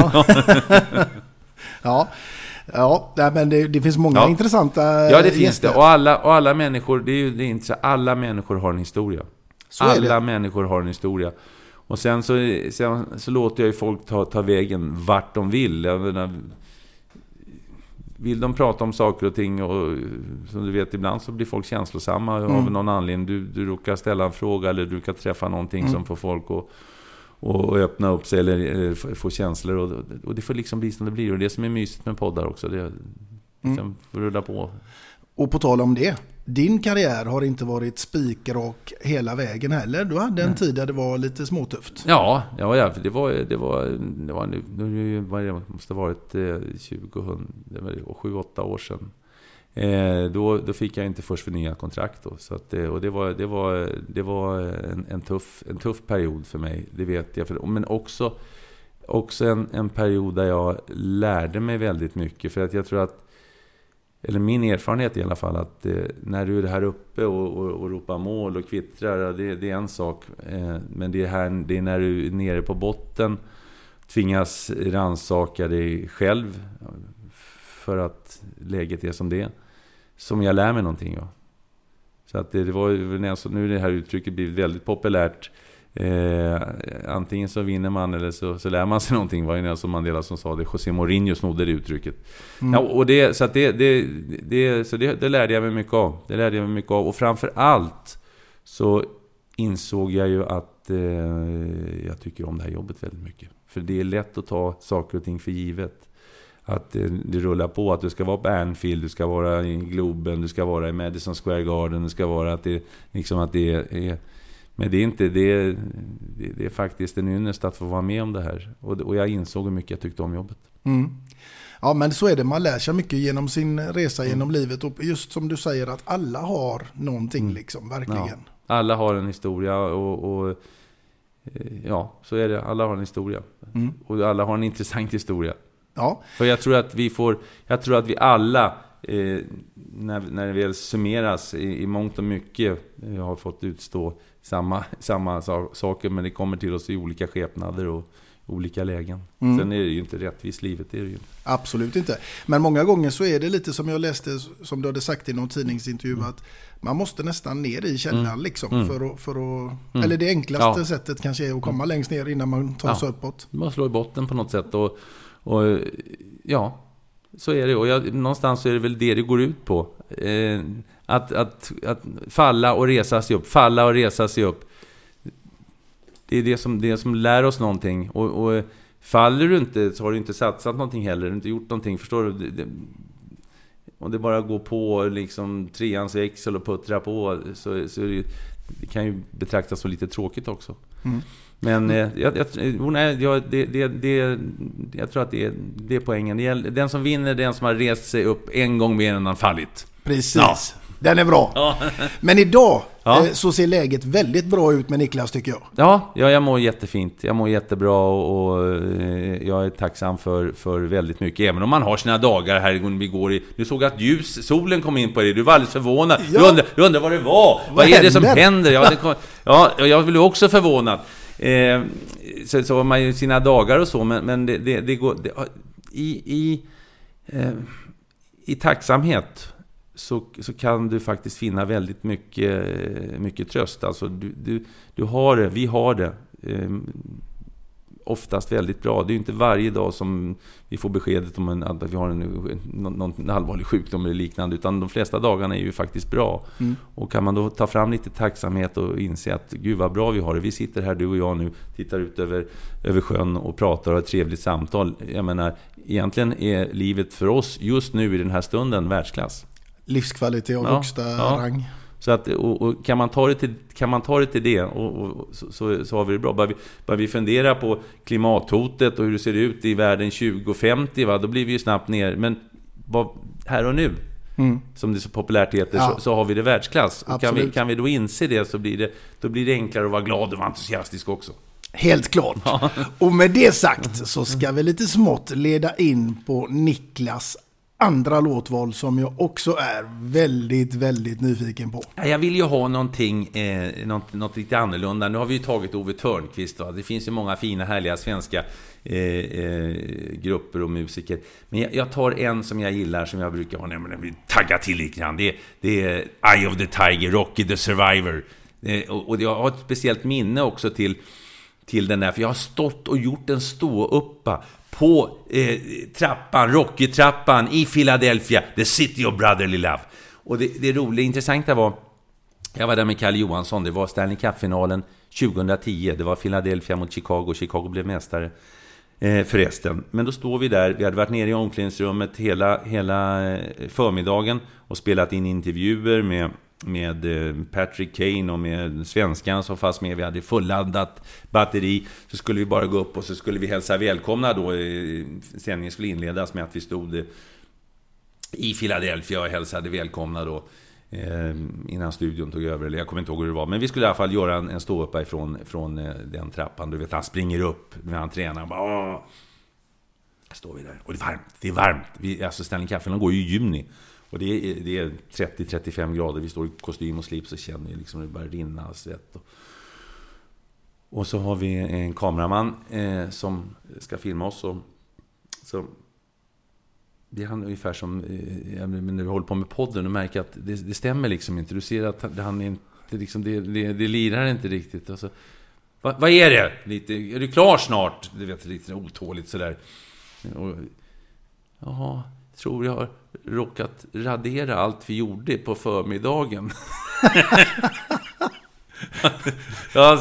Ja, men det finns många intressanta Ja, det finns gäster. det. Och alla människor, det är inte så, alla människor har en historia. Alla människor har en historia. Och sen så låter jag ju folk ta vägen vart de vill. Jag menar, vill de prata om saker och ting, och som du vet, ibland så blir folk känslosamma av någon anledning. Du råkar ställa en fråga eller du kan träffa någonting som får folk och öppna upp sig eller få känslor, och det får liksom bli som det blir, och det som är mysigt med poddar också, det liksom får rulla på. Och på tal om det, din karriär har inte varit spikrak hela vägen heller. Du hade en tid där det var lite småtufft. Ja, för det var nu måste ha varit 7-8 år sedan. Då fick jag inte först förnyat kontrakt då, så att, och det var en tuff period för mig, det vet jag, men också en period där jag lärde mig väldigt mycket, för att jag tror att, eller min erfarenhet i alla fall, att när du är här uppe och ropar mål och kvittrar, det är en sak, men det är när du är nere på botten, tvingas ransaka dig själv för att läget är som det är, som jag lär mig någonting. Ja. Så att det var nu är det här uttrycket blivit väldigt populärt. Antingen så vinner man eller så lär man sig någonting. Var det som Mandela som sa det? José Mourinho snodde det uttrycket. Ja, och det lärde jag mig mycket av. Och framför allt så insåg jag ju att jag tycker om det här jobbet väldigt mycket. För det är lätt att ta saker och ting för givet. Att det rullar på, att du ska vara på Anfield, du ska vara i Globen, du ska vara i Madison Square Garden, du ska vara att det liksom att det är, men det är inte det är faktiskt en ynnest att få vara med om det här, och jag insåg hur mycket jag tyckte om jobbet. Ja, men så är det, man lär sig mycket genom sin resa genom livet, och just som du säger att alla har någonting liksom, verkligen. Ja, alla har en historia och ja, så är det, alla har en historia. Och alla har en intressant historia. Ja. För jag tror att vi alla när det väl summeras i mångt och mycket har fått utstå samma saker, men det kommer till oss i olika skepnader och olika lägen. Sen är det ju inte rättvist, livet är det ju. Absolut inte. Men många gånger så är det lite som jag läste, som du hade sagt i någon tidningsintervju, att man måste nästan ner i källan liksom, för att eller det enklaste sättet kanske är att komma längst ner innan man tar sig uppåt. Man slår i botten på något sätt, och ja, så är det. Och någonstans så är det väl det går ut på. Att falla och resa sig upp. Det är det som lär oss någonting. Och faller du inte, så har du inte satsat någonting heller. Du har inte gjort någonting, förstår du? Om det bara går på liksom 3ans växel och puttra på, så är det kan ju betraktas som lite tråkigt också. Men jag tror att det är poängen. Den som vinner, den som har rest sig upp en gång mer än han fallit. Precis. Ja. Den är bra. Ja. Men idag så ser läget väldigt bra ut med Niklas, tycker jag. Ja, jag mår jättefint. Jag mår jättebra, och jag är tacksam för väldigt mycket. Även om man har sina dagar här vi går i. Du såg att solen kom in på dig. Du var alldeles förvånad. Ja. Du undrar vad det var. Vad är det som händer? Jag blev också förvånad. Så har man ju sina dagar och så, men det går i tacksamhet så kan du faktiskt finna väldigt mycket tröst. Alltså vi har det oftast väldigt bra. Det är ju inte varje dag som vi får beskedet om att vi har någon allvarlig sjukdom eller liknande, utan de flesta dagarna är ju faktiskt bra. Och kan man då ta fram lite tacksamhet och inse att gud vad bra vi har det. Vi sitter här, du och jag nu, tittar ut över sjön och pratar och har ett trevligt samtal. Jag menar, egentligen är livet för oss just nu i den här stunden världsklass. Livskvalitet av högsta rang. Så att, och kan man ta det till det, och så har vi det bra. Bara vi funderar på klimathotet och hur det ser ut i världen 2050, då blir vi ju snabbt ner. Men här och nu, som det så populärt heter, så har vi det världsklass. Och kan vi då inse det, så blir det enklare att vara glad och entusiastisk också. Helt klart. Och med det sagt så ska vi lite smått leda in på Niklas andra låtval som jag också är väldigt, väldigt nyfiken på. Jag vill ju ha någonting, något lite annorlunda. Nu har vi ju tagit Ove Thörnqvist. Va? Det finns ju många fina, härliga svenska grupper och musiker. Men jag tar en som jag gillar, som jag brukar ha, nämligen tagga till lite grann. Det är Eye of the Tiger, Rocky the Survivor. Och jag har ett speciellt minne också till den där. För jag har stått och gjort en ståuppa på trappan, Rocky-trappan i Philadelphia, the city of brotherly love. Och det roliga, intressanta var, jag var där med Kalle Johansson, det var Stanley Cup-finalen 2010, det var Philadelphia mot Chicago, Chicago blev mästare förresten. Men då står vi där, vi hade varit nere i omklädningsrummet hela förmiddagen och spelat in intervjuer med Patrick Kane och med svenskan som fanns med. Vi hade fulladdat batteri. Så skulle vi bara gå upp och så skulle vi hälsa välkomna då. Sändningen skulle inledas med att vi stod i Philadelphia och hälsade välkomna då innan studion tog över. Eller jag kommer inte ihåg hur det var. Men vi skulle i alla fall göra en ståuppa från den trappan. Du vet, han springer upp när han tränar. Bara, står vi där. Och det är varmt. Alltså Stanley Cup-finalen går ju i juni. Och det är 30-35 grader. Vi står i kostym och slips och känner liksom det bara rinna svett. Och så har vi en kameraman som ska filma oss. Så det är han ungefär som när vi håller på med podden och märker att det stämmer liksom inte. Du ser att han inte liksom, det lirar inte riktigt. Och så, vad är det? Är du klar snart? Du vet, lite otåligt sådär. Och, jaha, tror jag har råkat radera allt vi gjorde på förmiddagen. Ja,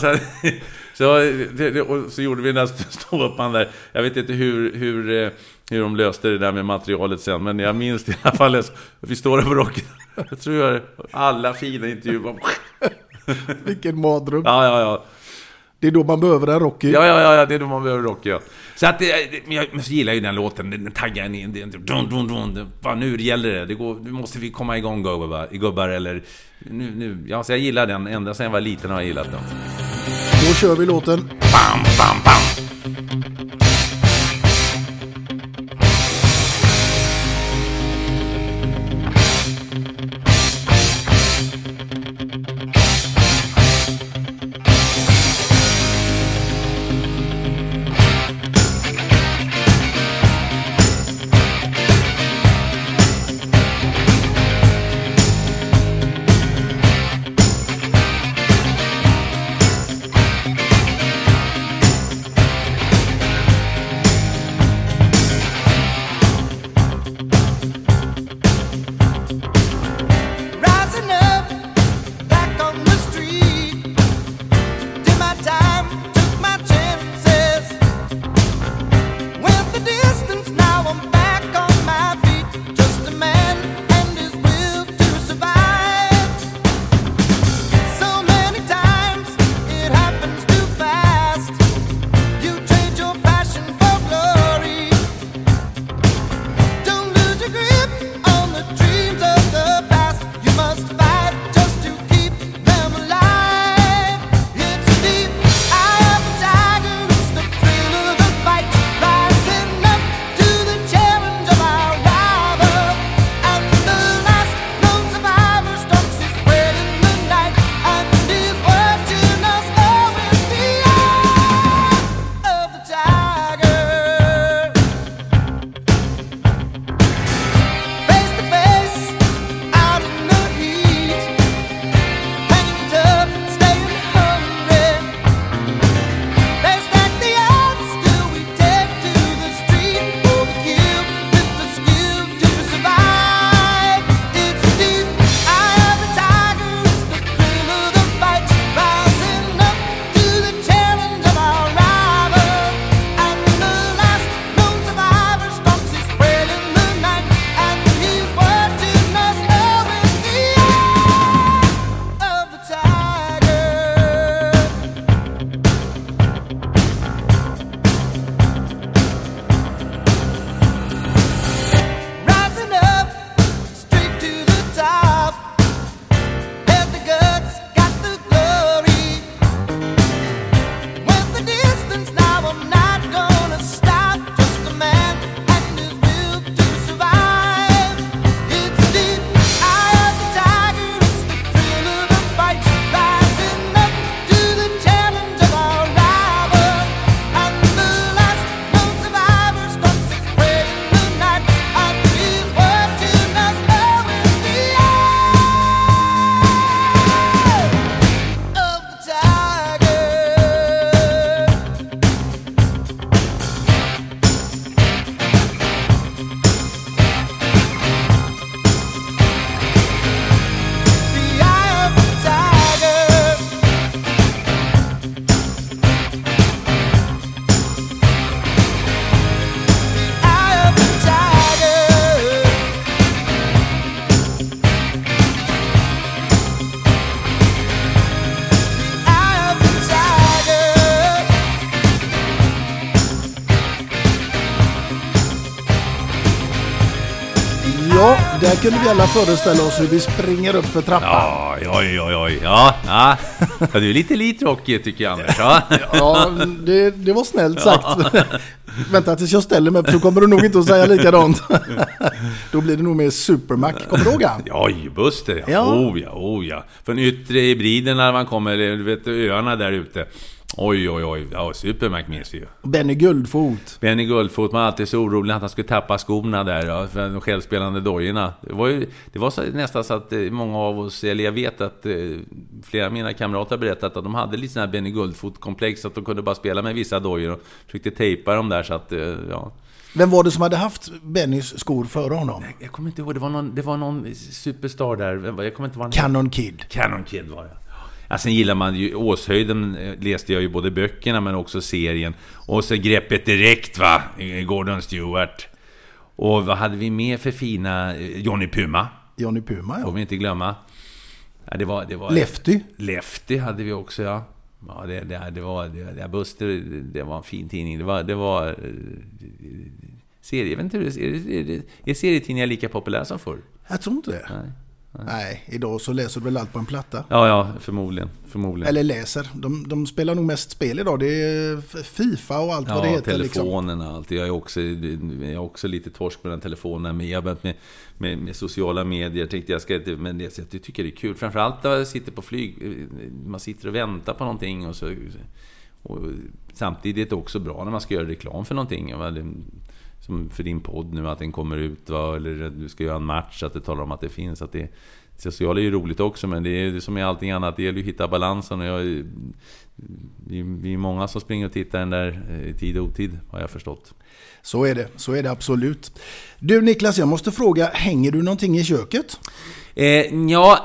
så gjorde vi nästan ståuppan där. Jag vet inte hur de löste det där med materialet sen, men jag minns i alla fall att vi står där på rocken. Jag tror jag alla fina intervjuer. Vilken madrum. Ja. Det är då man behöver en Rocky. Ja, det är då man behöver Rocky, ja. Så att jag gillar ju den låten, den taggar in, vad nu gäller det. Nu måste vi komma igång gubbar eller nu. Ja, så jag gillar den, ända sedan jag var liten har jag gillat den. Då kör vi låten. Bam, bam, bam. Där kunde vi alla föreställa oss hur vi springer upp för trappan. Ja, du är lite tråkig tycker jag, Anders. Ja, det var snällt sagt. Vänta tills jag ställer mig, så kommer du nog inte att säga likadant. Då blir det nog mer Supermac. Kommer du ihåg han? Ja, Buster. Ja. Ja. Från yttre hybriden när man kommer, du vet, öarna där ute. Oj. Ja, Supermac minns ju. Benny Guldfot, man var alltid så orolig att han skulle tappa skorna där för de självspelande dojorna. Det var så, nästan så att många av oss, eller jag vet att flera av mina kamrater berättat att de hade lite sån här Benny Guldfot-komplex, att de kunde bara spela med vissa dojor och försökte tejpa dem där så att, ja. Vem var det som hade haft Bennys skor före honom? Jag kommer inte ihåg, det var någon superstar där. Jag kommer inte ihåg. Canon Kid var det. Ja, sen gillar man ju Åshöjden, läste jag ju både böckerna men också serien. Och så greppet direkt, va? Gordon Stewart. Och vad hade vi mer för fina? Johnny Puma, ja. Får vi inte glömma. Ja, det var Lefty hade vi också, ja. Ja, det var Buster, det var en fin tidning. Det var serie, jag vet inte hur är serietidningar lika populära som förr? Jag tror inte det. Nej, idag så läser du väl allt på en platta? Ja, förmodligen. Eller läser. De spelar nog mest spel idag. Det är FIFA och allt vad det heter. Telefonen och allt. Jag är också lite torsk med den telefonen. Men jag har börjat med sociala medier. Tänkte men jag tycker det är kul. Framförallt när jag sitter på flyg. Man sitter och väntar på någonting. Och samtidigt också bra när man ska göra reklam för någonting. Som för din podd nu, att den kommer ut, va? Eller du ska göra en match, att det talar om att det finns, att det sociala är ju roligt också, men det är som med allting annat, det gäller ju att hitta balansen, och vi är många som springer och tittar den där i tid och otid, har jag förstått. Så är det absolut. Du Niklas, jag måste fråga, hänger du någonting i köket? Jag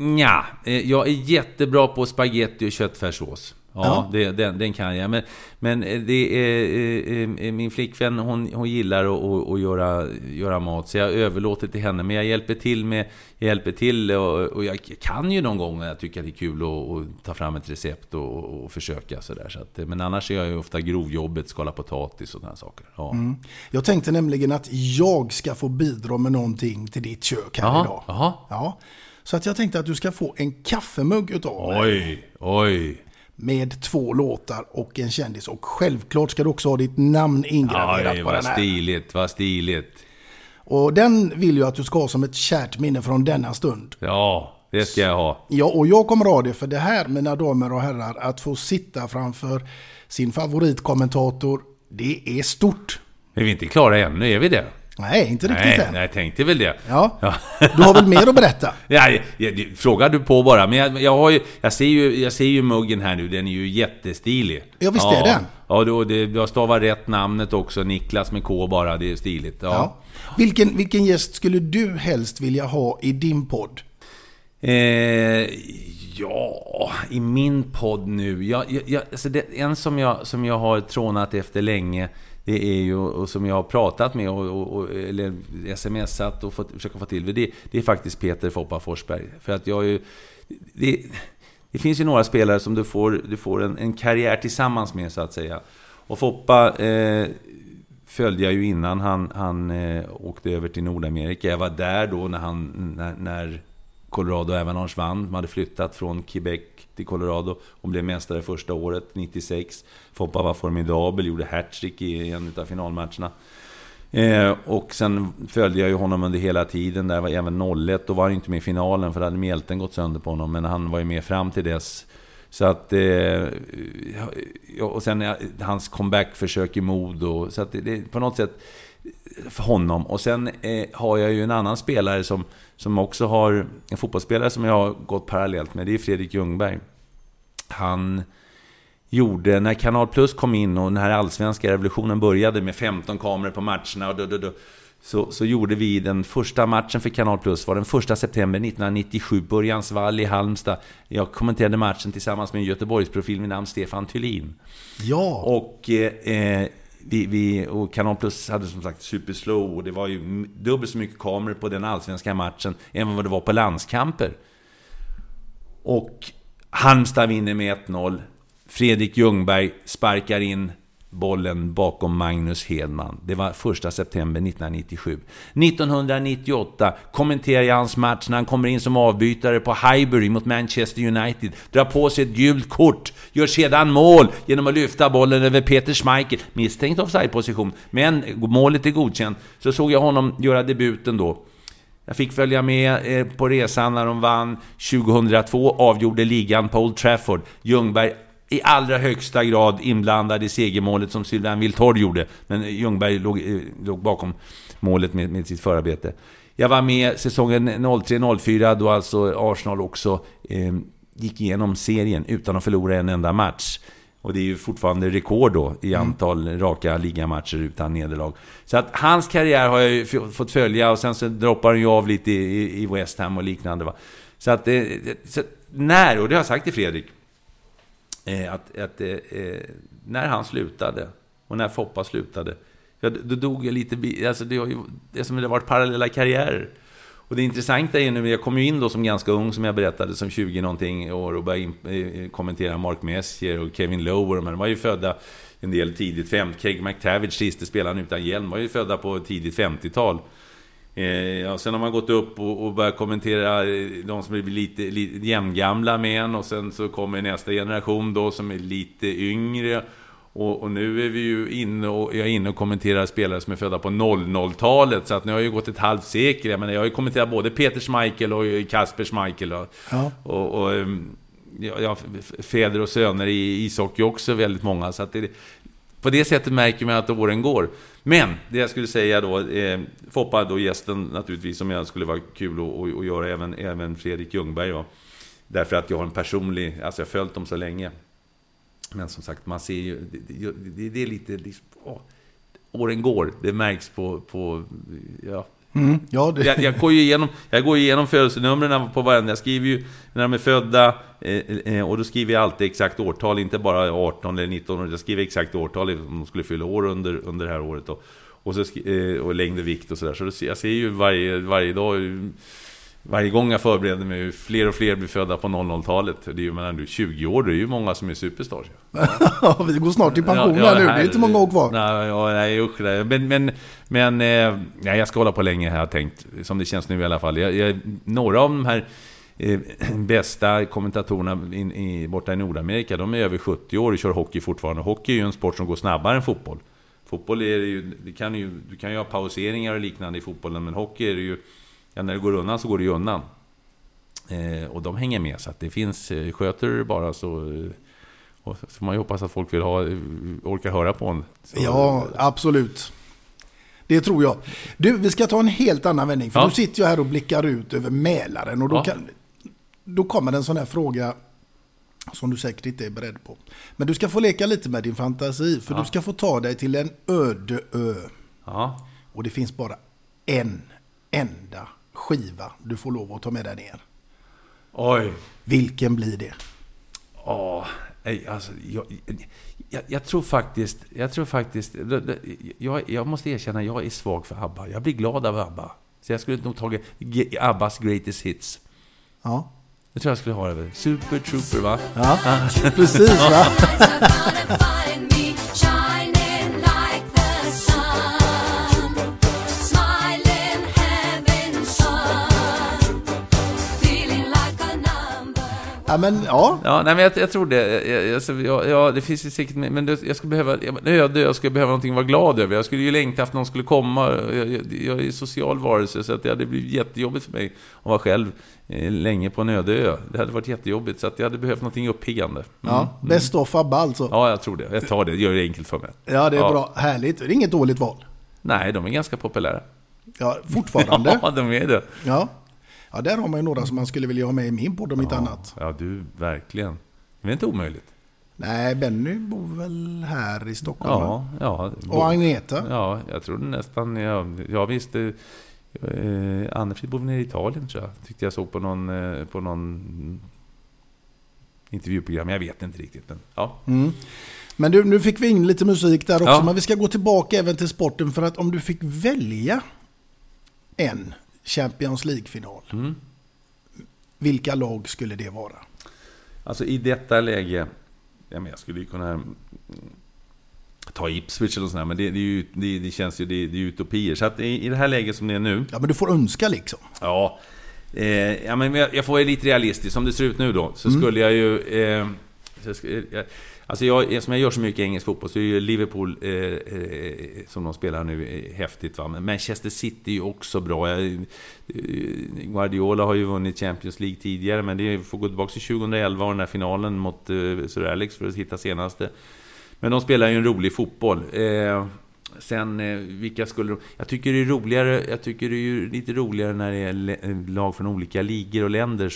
är jättebra på spaghetti och köttfärssås. Ja, den kan jag. Men det är min flickvän, hon gillar att göra mat, så jag överlåter till henne. Men jag hjälper till och jag kan ju någon gång, jag tycker det är kul att ta fram ett recept och försöka sådär. Så att, men annars är jag ju ofta grovjobbet, skala potatis och sådana saker. Ja. Jag tänkte nämligen att jag ska få bidra med någonting till ditt kök här idag. Ja. Så att jag tänkte att du ska få en kaffemugg utav mig. Oj. Med 2 låtar och en kändis. Och självklart ska du också ha ditt namn ingraverat på den här. Vad stiligt. Och den vill jag att du ska ha som ett kärt minne från denna stund. Ja, det ska jag ha. Ja, och jag kommer ha det, för det här, mina damer och herrar, att få sitta framför sin favoritkommentator, det är stort. Är vi inte klara ännu, är vi det? Nej, inte riktigt än. Nej, jag tänkte väl det. Ja. Du har väl mer att berätta? Frågar du på bara. Men jag ser ju muggen här nu. Den är ju jättestilig. Ja, visst är den. Ja, jag stavar rätt namnet också. Niklas med K bara, det är stiligt. Ja. Vilken gäst skulle du helst vilja ha i din podd? I min podd nu. Alltså en som jag har trånat efter länge, det är ju, och som jag har pratat med eller smsat och försöka få till det är faktiskt Peter Foppa Forsberg. För att det finns ju några spelare som du får en karriär tillsammans med, så att säga. Och Foppa följde jag ju innan han åkte över till Nordamerika. Jag var där då när Colorado Avalanche vann. De hade flyttat från Quebec till Colorado och blev mästare första året, 96. Foppa var formidabel, gjorde hattrick i en av finalmatcherna. Och sen följde jag ju honom under hela tiden. Där var även 0-1, då var han inte med i finalen för hade mjälten gått sönder på honom. Men han var ju med fram till dess. Så att och sen hans comeback-försök i mod, och så att det på något sätt för honom. Och sen har jag ju en annan spelare som också har en fotbollsspelare som jag har gått parallellt med. Det är Fredrik Ljungberg. Han gjorde, när Kanal Plus kom in och den här allsvenska revolutionen började med 15 kameror på matcherna så gjorde vi den första matchen för Kanal Plus, var den 1 september 1997 på Örjansvall i Halmstad. Jag kommenterade matchen tillsammans med en Göteborgsprofil med namn Stefan Thylin. Ja. Och och Kanal Plus hade som sagt superslow, och det var ju dubbelt så mycket kameror på den allsvenska matchen än vad det var på landskamper. Och Halmstad vinner med 1-0. Fredrik Ljungberg sparkar in bollen bakom Magnus Hedman. Det var 1 september 1997. 1998 kommenterar jag hans match när han kommer in som avbytare på Highbury mot Manchester United. Drar på sig ett gult kort. Gör sedan mål genom att lyfta bollen över Peter Schmeichel. Misstänkt offside-position. Men målet är godkänt. Så såg jag honom göra debuten då. Jag fick följa med på resan när de vann 2002, avgjorde ligan på Old Trafford. Ljungberg i allra högsta grad inblandad i segermålet som Sylvain Wiltord gjorde. Men Ljungberg låg bakom målet med sitt förarbete. Jag var med säsongen 03-04 då alltså Arsenal också gick igenom serien utan att förlora en enda match. Och det är ju fortfarande rekord då i antal raka ligamatcher utan nederlag. Så att hans karriär har jag ju fått följa, och sen så droppar han ju av lite i West Ham och liknande, va. Så att när, och det har jag sagt till Fredrik, när han slutade och när Foppa slutade, då dog jag lite, alltså det är som det har varit parallella karriärer. Och det intressanta är nu, jag kom ju in då som ganska ung, som jag berättade, som 20-någonting år, och började kommentera Mark Messier och Kevin Lowe. De var ju födda en del tidigt 50. Craig McTavish, siste spelaren utan hjälm, var ju födda på tidigt 50-tal. Sen har man gått upp och börjat kommentera de som är lite jämngamla med en, och sen så kommer nästa generation då som är lite yngre. Och nu är vi ju inne och kommenterar spelare som är födda på 00-talet. Så att nu har jag ju gått ett halvt sekel. Jag har ju kommenterat både Peter Schmeichel och Kasper Schmeichel. Och fäder och söner i ishockey också, väldigt många. Så att på det sättet märker man att åren går. Men det jag skulle säga då, Foppa då, gästen naturligtvis, som jag skulle vara kul att göra, även Fredrik Ljungberg då. Därför att jag har en personlig, alltså jag har följt dem så länge. Men som sagt, man ser ju, det är lite, åren går, det märks på ja. Ja, det. Jag går igenom födelsenumren på varandra. Jag skriver ju när de är födda, och då skriver jag alltid exakt årtal, inte bara 18 eller 19 år. Jag skriver exakt årtal om de skulle fylla år under det här året då. Och så och längd och vikt och sådär. Så jag ser ju varje dag, varje gång jag förbereder mig, fler och fler blir födda på 00-talet. Det är ju, men 20 år, det är ju många som är superstars. Ja, vi går snart i pension nu, det är inte många år kvar. Nej, usch. Men jag ska hålla på länge här, jag tänkt, som det känns nu i alla fall. Några av de här bästa kommentatorerna borta i Nordamerika, de är över 70 år och kör hockey fortfarande. Hockey är ju en sport som går snabbare än fotboll. Fotboll är ju, du kan ju ha pauseringar och liknande i fotbollen, men hockey är det ju, när det går undan så går det ju undan. Och de hänger med, så att det finns, sköter det bara så man ju hoppas att folk orkar höra på en. Ja, absolut. Det tror jag. Du, vi ska ta en helt annan vändning, för du sitter ju här och blickar ut över Mälaren, och då kommer en sån här fråga som du säkert inte är beredd på. Men du ska få leka lite med din fantasi, för du ska få ta dig till en öde ö. Ja. Och det finns bara en enda skiva du får lov att ta med dig ner. Oj. Vilken blir det? Alltså, jag tror faktiskt jag måste erkänna, jag är svag för ABBA. Jag blir glad av ABBA. Så jag skulle nog tagit ABBAs Greatest Hits. Ja. Jag tror jag skulle ha det. Super Trooper, va? Ja, precis, va? Ja, men ja. Ja, nej, men jag tror det. Det finns ju säkert, men jag skulle behöva någonting att vara glad över. Jag skulle ju längta att någon skulle komma. Jag är social varelse, så att det hade blivit jättejobbigt för mig att vara själv länge på en öde ö. Det hade varit jättejobbigt, så att jag hade behövt någonting uppiggande. Ja, bäst of ABBA alltså. Ja, jag tror det. Jag tar det. Gör det enkelt för mig. Ja, det är bra. Härligt. Det är inget dåligt val. Nej, de är ganska populära. Ja, fortfarande. Ja, de är det. Ja. Ja, där har man ju några som man skulle vilja ha med i min podd om inte annat. Ja, du, verkligen. Det är inte omöjligt. Nej, Benny bor väl här i Stockholm. Ja. Och Agneta? Ja, jag tror nästan. Jag visste. Anne-Frid bor nere i Italien, tror jag. Tyckte jag såg på någon intervjuprogram. Jag vet inte riktigt. Men, ja. Mm. Men du, nu fick vi in lite musik där också. Ja. Men vi ska gå tillbaka även till sporten. För att om du fick välja en Champions League-final. Vilka lag skulle det vara? Alltså i detta läge, jag skulle ju kunna ta Ipswich eller sådär, men det känns ju, det är utopier. Så att i det här läget som det är nu... Ja, men du får önska liksom. Ja, men jag får lite realistiskt. Som det ser ut nu då, så skulle jag ju... Alltså som jag gör så mycket engelsk fotboll, så är ju Liverpool som de spelar nu häftigt, va? Men Manchester City är ju också bra. Guardiola har ju vunnit Champions League tidigare, men det får gå tillbaka till 2011 och den här finalen mot Sir Alex för att hitta senaste. Men de spelar ju en rolig fotboll. Sen vilka skulle... Jag tycker det är ju lite roligare när det är lag från olika ligor och länder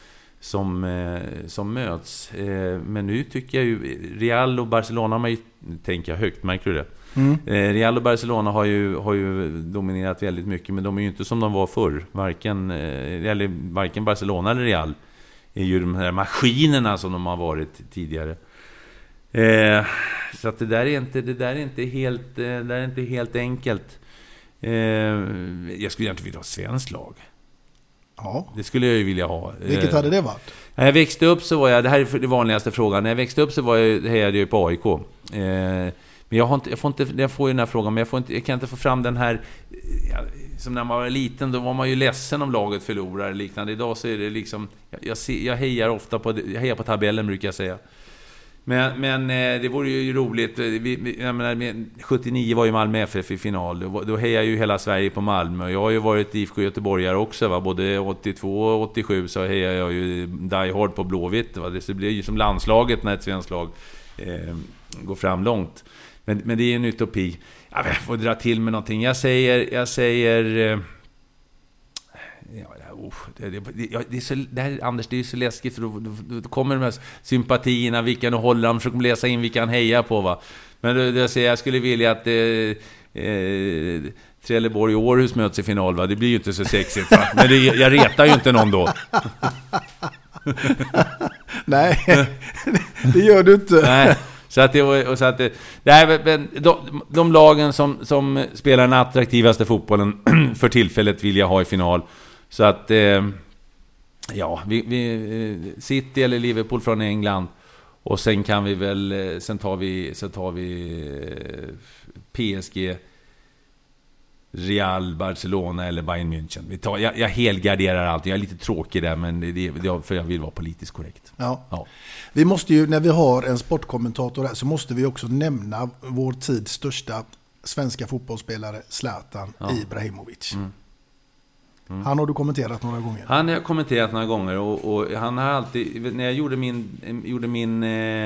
som möts. Men nu tycker jag ju Real och Barcelona, tänker jag högt, märker du det? Real och Barcelona har ju dominerat väldigt mycket, men de är ju inte som de var förr. Varken Barcelona eller Real är ju de här maskinerna som de har varit tidigare. Så att det där är inte helt enkelt. Jag skulle inte vilja ha svensk lag. Ja. Det skulle jag ju vilja ha. Vilket hade det varit? När jag växte upp så var jag... Det här är den vanligaste frågan. När jag växte upp så hejade jag på AIK. Men jag får ju den här frågan, men jag kan inte få fram den här... Som när man var liten, då var man ju ledsen om laget förlorar eller liknande. Idag så är det liksom... Jag hejar ofta på... Jag hejar på tabellen, brukar jag säga. Men det vore ju roligt. Jag menar, 79 var ju Malmö FF i final. Då hejar ju hela Sverige på Malmö. Jag har ju varit IFK Göteborgare också, va? Både 82 och 87 så hejar jag ju die hard på Blåvitt, va? Det blir ju som landslaget när ett svenskt lag går fram långt. Men det är en utopi. Jag får dra till med någonting. Jag säger det här, Anders, det är ju så läskigt, för då kommer de här sympatierna, vilka nu håller de, försöker läsa in vilka han hejar på, va? Men då säger jag skulle vilja att Trelleborg och Århus möts i final, va? Det blir ju inte så sexigt, va? Men jag retar ju inte någon då. Nej, det gör du inte. Nej. De lagen som spelar den attraktivaste fotbollen för tillfället vill jag ha i final. Så att vi City eller Liverpool från England, och sen kan vi väl sen tar vi PSG, Real, Barcelona eller Bayern München. Jag helgarderar allt. Jag är lite tråkig där, men det för jag vill vara politiskt korrekt. Ja. Vi måste ju, när vi har en sportkommentator här, så måste vi också nämna vår tids största svenska fotbollsspelare, Zlatan Ibrahimovic. Han har du kommenterat några gånger. Han har kommenterat några gånger, och han har alltid, när jag gjorde min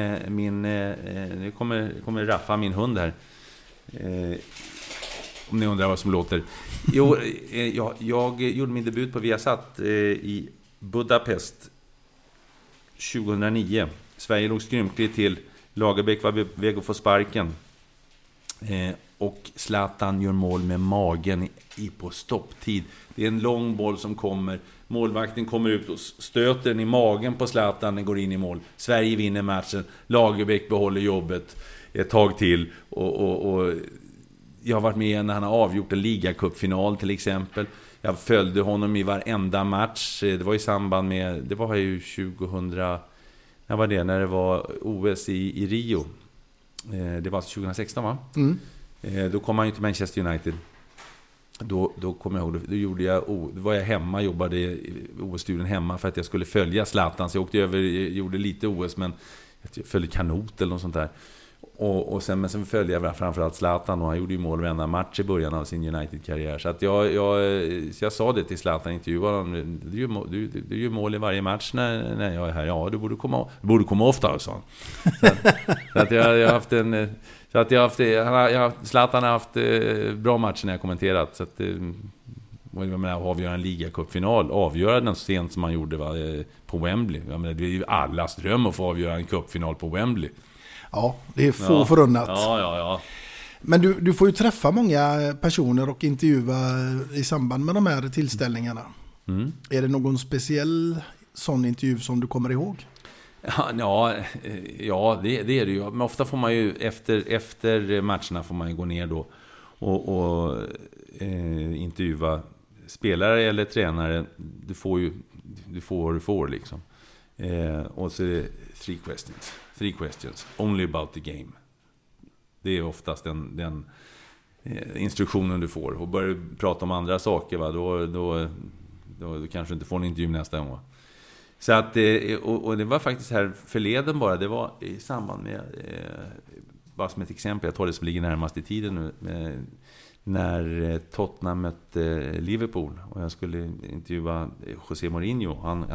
nu kommer Raffa, min hund här. Om ni undrar vad som låter. Jag gjorde min debut på Viasat i Budapest 2009. Sverige låg skrympligt till. Lagerbäck var väg att få sparken. Och Zlatan gör mål med magen på stopptid. Det är en lång boll som kommer. Målvakten kommer ut och stöter den i magen på Zlatan. Den går in i mål. Sverige vinner matchen. Lagerbäck behåller jobbet ett tag till. Och jag har varit med när han har avgjort en ligacupfinal till exempel. Jag följde honom i varenda match. Det var i samband med... Det var ju 2000... När var det? När det var OS i Rio. Det var 2016, va? Då kom han ju till Manchester United. Då kom jag ihåg, då var jag hemma, jobbade i OS-studion hemma för att jag skulle följa Zlatan. Så jag åkte över, gjorde lite OS, men jag följde kanot eller något sånt där. Och sen följde jag framförallt Zlatan, och han gjorde ju mål varenda match i början av sin United-karriär. Så att jag sa det till Zlatan i intervjun, du gör mål i varje match när jag är här. Ja, du borde komma ofta, sa han. Så att jag har haft en... Så att Zlatan har haft bra matcher när jag kommenterat. Så att avgöra en ligacupfinal, avgöra den sent som man gjorde på Wembley. Jag menar, det är ju allas dröm att få avgöra en cupfinal på Wembley. Ja, det är få förunnat. Ja. Men du får ju träffa många personer och intervjua i samband med de här tillställningarna. Är det någon speciell sån intervju som du kommer ihåg? Ja, det är det ju. Men ofta får man ju efter matcherna får man ju gå ner då och intervjua spelare eller tränare. Du får vad du får liksom. Och så är det three questions. Only about the game. Det är oftast den instruktionen du får. Och börjar du prata om andra saker, va, då kanske du inte får en intervju nästa gång. Va? Så att, och det var faktiskt här förleden bara, det var i samband med, bara som ett exempel, jag tar det som ligger närmast i tiden nu, när Tottenham mötte Liverpool och jag skulle intervjua José Mourinho.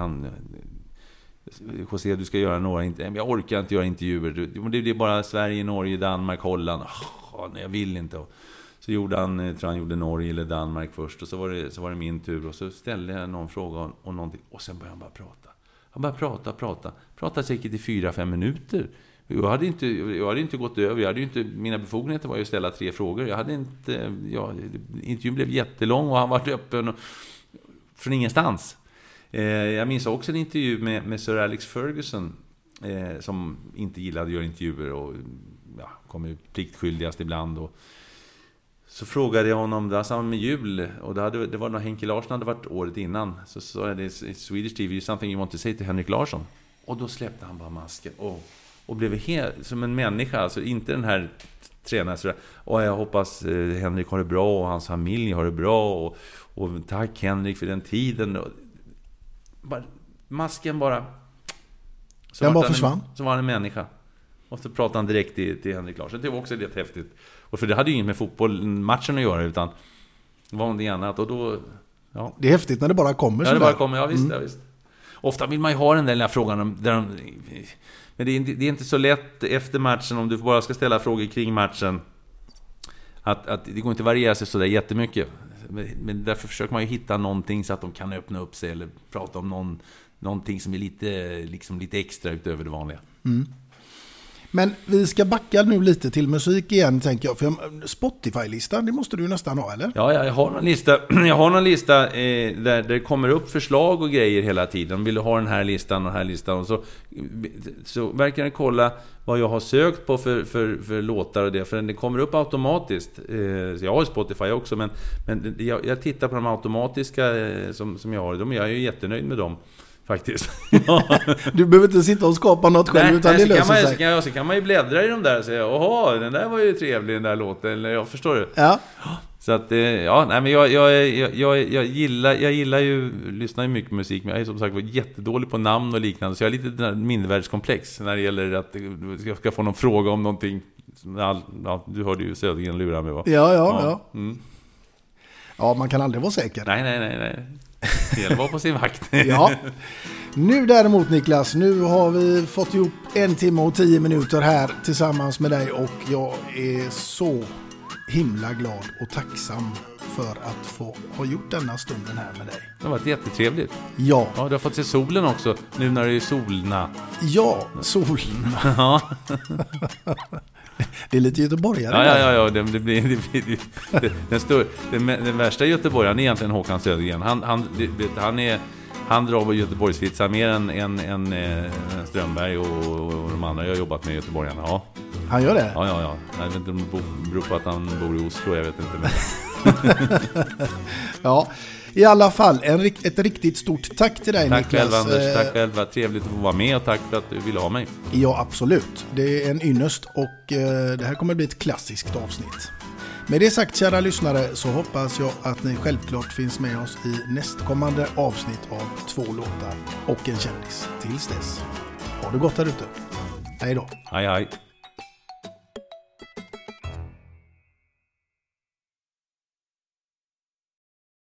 José, du ska göra några intervjuer. Jag orkar inte göra intervjuer. Det är bara Sverige, Norge, Danmark, Holland. Nej, jag vill inte. Så gjorde han gjorde Norge eller Danmark först. Och så var det min tur. Och så ställde jag någon fråga och någonting. Och sen började han bara prata. Han bara prata säkert i 4-5 minuter. Jag hade inte gått över. Mina befogenheter var ju att ställa 3 frågor. Intervjun blev jättelång och han var öppen från ingenstans. Jag minns också en intervju med Sir Alex Ferguson som inte gillade att göra intervjuer och kom ut pliktskyldigast ibland. Och så frågade jag honom, det var samma med jul, och det var när Henke Larsson hade varit året innan. Så sa jag, det är Swedish TV, something you want to say till Henrik Larsson. Och då släppte han bara masken och blev helt som en människa, alltså inte den här tränaren så där, och jag hoppas Henrik har det bra och hans familj har det bra och tack Henrik för den tiden. Masken bara den bara försvann. Så var han en människa. Och så pratade han direkt till Henrik Larsson. Det var också lite häftigt. Och för det hade ju inget med fotbollmatchen att göra, utan det var någonting annat. Och då, ja. Det är häftigt när det bara kommer. Ja, det bara kommer. Ja, visst. Ofta vill man ju ha den där frågan men det är inte så lätt efter matchen, om du bara ska ställa frågor kring matchen, att det går inte att variera sig så där jättemycket. Men därför försöker man ju hitta någonting så att de kan öppna upp sig eller prata om någonting som är lite extra utöver det vanliga. Mm. Men vi ska backa nu lite till musik igen, tänker jag. För Spotify-listan, det måste du nästan ha, eller? Ja, jag har någon lista där det kommer upp förslag och grejer hela tiden. Vill du ha den här listan och den här listan? Och så verkar det kolla vad jag har sökt på för låtar och det. För det kommer upp automatiskt. Så jag har Spotify också, men jag tittar på de automatiska som jag har. Jag är ju jättenöjd med dem. Faktiskt. Du behöver inte sitta och skapa något själv, utan det löser sig. Så kan man ju bläddra i dem där och säga, åh, den där var ju trevlig, den där låten. Eller jag förstår det. Ja. Så att, men jag gillar ju, lyssnar ju mycket musik, men jag är som sagt jättedålig på namn och liknande. Så jag har lite mindervärdeskomplex när det gäller att jag ska få någon fråga om någonting. Du hörde ju Södergren lura mig, va? Ja. Mm. Ja, man kan aldrig vara säker. Nej. Det gäller vara på sin vakt. Ja. Nu däremot, Niklas, nu har vi fått ihop 1 timme och 10 minuter här tillsammans med dig, och jag är så himla glad och tacksam för att få ha gjort denna stunden här med dig. Det har varit jättetrevligt. Ja. Ja, du har fått se solen också, nu när det är solna. Ja, solen. Ja. Det är lite göteborgare. Ja, det blir den värsta göteborgaren är egentligen Håkan Södergren. Han drar på Göteborgsvitsar mer än Strömberg och de andra jag har jobbat med göteborgarna. Ja. Han gör det? Ja. Jag vet inte om det beror på att han bor i Oslo, jag vet inte. Ja, i alla fall ett riktigt stort tack till dig, tack Niklas. Tack själv, Anders. Tack själv, vad trevligt att få vara med, och tack för att du ville ha mig. Ja, absolut. Det är en ynnest, och det här kommer bli ett klassiskt avsnitt. Med det sagt, kära lyssnare, så hoppas jag att ni självklart finns med oss i nästkommande avsnitt av 2 låtar och en kändis. Tills dess, ha det gott där ute. Hej då. Hej.